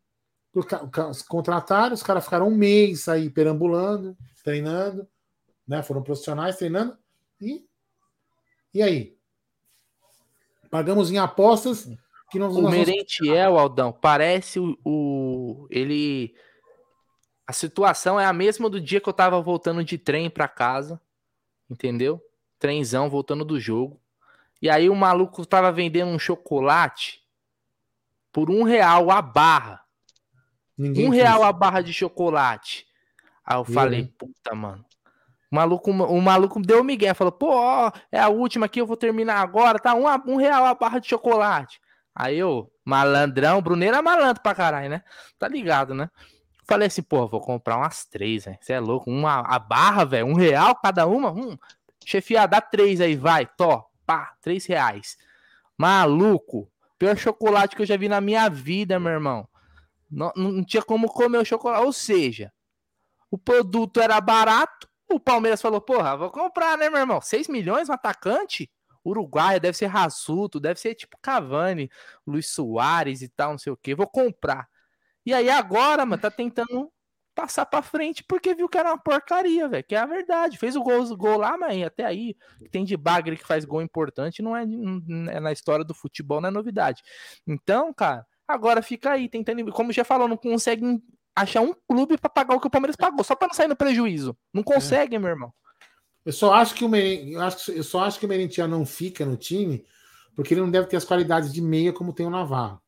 Contrataram, os caras ficaram um mês aí perambulando, treinando, né? Foram profissionais treinando. E, e aí? Pagamos em apostas que não. O Merentiel, Aldão, parece o, o. Ele. A situação é a mesma do dia que eu tava voltando de trem pra casa, entendeu? Trenzão, voltando do jogo. E aí o maluco tava vendendo um chocolate por um real a barra. Ninguém um real quis. A barra de chocolate. Aí eu, eu falei, hein? Puta, mano. O maluco, o maluco deu o migué, falou, pô, ó, é a última aqui, eu vou terminar agora, tá? Um, um real a barra de chocolate. Aí eu, malandrão, Bruneiro é malandro pra caralho, né? Tá ligado, né? Falei assim, pô, vou comprar umas três, velho. Você é louco? Uma a barra, velho, um real cada uma? Hum, chefia, dá três aí, vai, tó, pá, três reais. Maluco, pior chocolate que eu já vi na minha vida, meu irmão. Não, não tinha como comer o chocolate. Ou seja, o produto era barato, o Palmeiras falou, porra, vou comprar, né, meu irmão? seis milhões um atacante? Uruguaia, deve ser Rassuto, deve ser tipo Cavani, Luiz Soares e tal, não sei o quê. Vou comprar. E aí agora, mano, tá tentando passar pra frente porque viu que era uma porcaria, velho, que é a verdade. Fez o gol, o gol lá, mas até aí, tem de bagre que faz gol importante, não é, não é na história do futebol, não é novidade. Então, cara, agora fica aí tentando, como já falou, não consegue achar um clube pra pagar o que o Palmeiras pagou, só pra não sair no prejuízo. Não consegue, é. meu irmão. Eu só acho que o Merentiel, eu, acho, eu só acho que o Merentiel não fica no time porque ele não deve ter as qualidades de meia como tem o Navarro.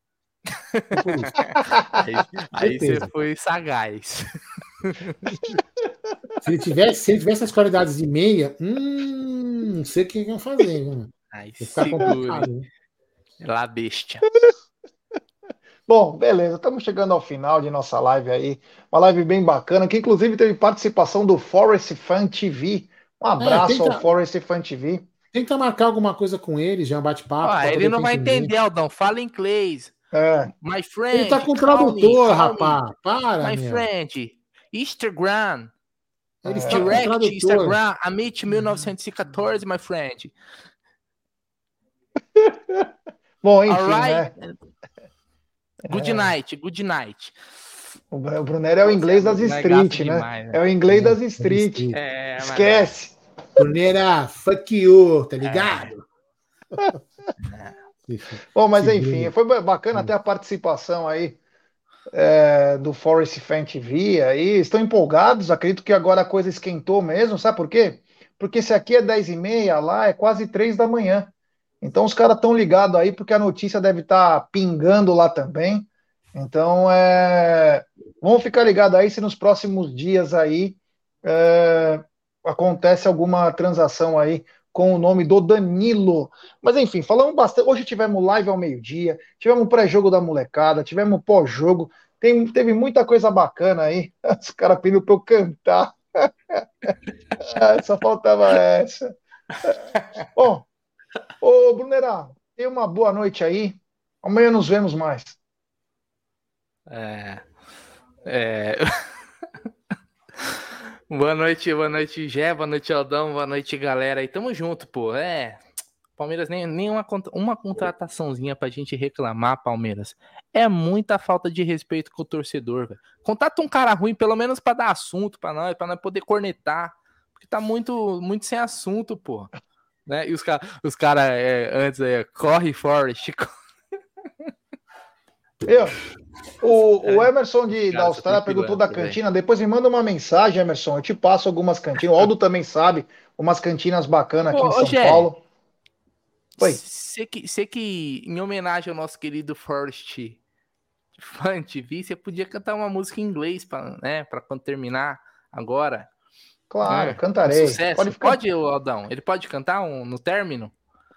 aí aí você foi sagaz. Se ele tivesse, se ele tivesse as qualidades de meia, hum, não sei o que iam fazer, né? Aí segure. Lá bestia. Bom, beleza, estamos chegando ao final de nossa live aí. Uma live bem bacana, que inclusive teve participação do Forest Fan T V. Um abraço é, tenta, ao Forest Fan T V. Tenta marcar alguma coisa com ele, já um bate-papo. Ah, ele não vai entender, Aldão. Fala inglês. É. My friend. Ele tá com tradutor, me, rapaz. Me. Para, My meu. friend. Instagram. Ele é. Direct Instagram. Amit mil novecentos e quatorze, my friend. Bom, enfim, right. né? Good é. night, good night. O Brunero é o inglês das street, né? Demais, né? É o inglês é, das street. É, esquece. Brunera, fuck you, tá ligado? É. Bom, mas enfim, foi bacana até a participação aí é, do Forest Fan T V aí. Estão empolgados, acredito que agora a coisa esquentou mesmo, sabe por quê? Porque se aqui é dez e meia, lá é quase três da manhã. Então os caras estão ligados aí, porque a notícia deve estar tá pingando lá também. Então, é... vamos ficar ligados aí se nos próximos dias aí é... acontece alguma transação aí com o nome do Danilo. Mas enfim, falamos bastante. Hoje tivemos live ao meio-dia, tivemos pré-jogo da molecada, tivemos pós-jogo. Tem, teve muita coisa bacana aí. Os caras pediram para eu cantar. Só faltava essa. Bom, ô Brunerá, tenha uma boa noite aí. Amanhã nos vemos mais. É. É... Boa noite, boa noite, Gé, boa noite, Aldão, boa noite, galera. E tamo junto, pô. É. Palmeiras, nem, nem uma, uma contrataçãozinha pra gente reclamar, Palmeiras. É muita falta de respeito com o torcedor, velho. Contata um cara ruim, pelo menos pra dar assunto pra nós, pra nós poder cornetar. Tá muito, muito sem assunto, pô. Né? E os caras, os cara, é, antes, é, corre, Forrest. Eu, o, o Emerson de, da Cara, só tem Austrália perguntou da pilantra, velho. cantina. Depois me manda uma mensagem, Emerson. Eu te passo algumas cantinas. O Aldo também sabe, umas cantinas bacanas aqui em Ô, ô São Gé, Paulo. Oi. você que, você que, em homenagem ao nosso querido Forrest Fã T V, você podia cantar uma música em inglês, pra, né, pra quando terminar agora. Claro, Né? Um cantarei. Pode sucesso. ficar. Pode, Aldão? Ele pode cantar um, no término?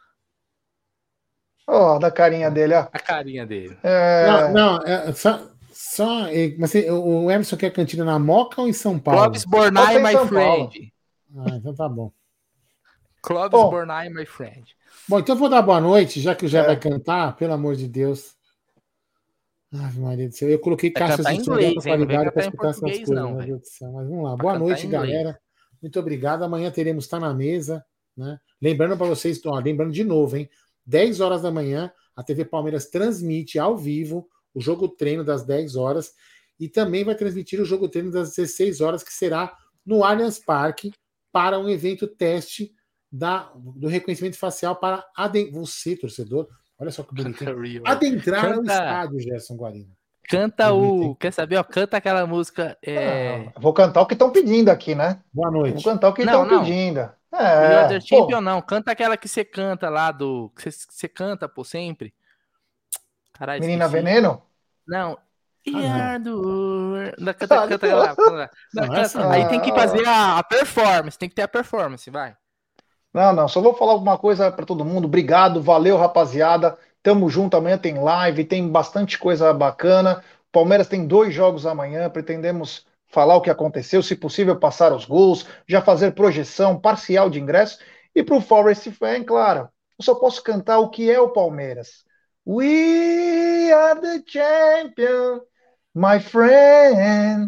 Ó, da carinha dele, ó. A carinha dele. Não, É... não, é só. só é, mas você- o Emerson quer cantina na Moca ou em São Clóvis Paulo? Pode Bornai, ser em my São Paulo. friend. Ah, então tá bom. Clóvis Bom, Bornai, my friend. Bom, então eu vou dar boa noite, já que o Jé vai é, cantar, pelo amor de Deus. Ave Maria do céu. Eu coloquei Vai caixas cantar de em som de alta inglês, hein? Não vem qualidade para cantar em escutar essas português, coisas, não, meu velho. Deus do céu. Mas vamos lá. Vai Boa cantar noite, em inglês. galera. Muito obrigado. Amanhã teremos Tá na Mesa, né? Lembrando para vocês, ó, lembrando de novo, hein? dez horas da manhã, a T V Palmeiras transmite ao vivo o jogo treino das dez horas e também vai transmitir o jogo treino das dezesseis horas, que será no Allianz Parque, para um evento teste da, do reconhecimento facial para aden- você, torcedor. Olha só que bonito, hein? Adentrar ao Canta, estádio, Gerson Guarino. canta Bonito, o. hein? Quer saber? Ó, canta aquela música. ah, É... vou cantar o que estão pedindo aqui, né? Boa Vou noite. cantar o que Não, estão não. pedindo. O You're É, the pô. Champion, não. Canta aquela que você canta lá do. Que você, você canta, pô, sempre. Caralho, Menina esqueci. Veneno? Não. Ah, não. You're the world. Não, canta, Ah, canta lá. Canta lá. Não, Não, canta. essa Aí não. tem que ah, fazer a, a performance. Tem que ter a performance, vai. Não, não, só vou falar alguma coisa para todo mundo. Obrigado, valeu, rapaziada. Tamo junto. Amanhã tem live, tem bastante coisa bacana. Palmeiras tem dois jogos amanhã. Pretendemos falar o que aconteceu, se possível, passar os gols, já fazer projeção parcial de ingresso. E para o Forest Fan, claro, eu só posso cantar o que é o Palmeiras. We are the champion, my friend.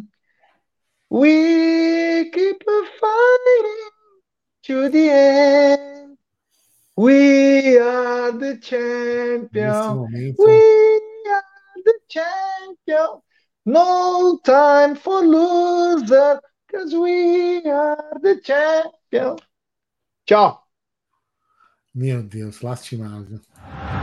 We keep fighting to the end. We are the Nesse champion. momento, We are the champion. No time for loser, because we are the champion. Tchau. meu Deus, lastimável.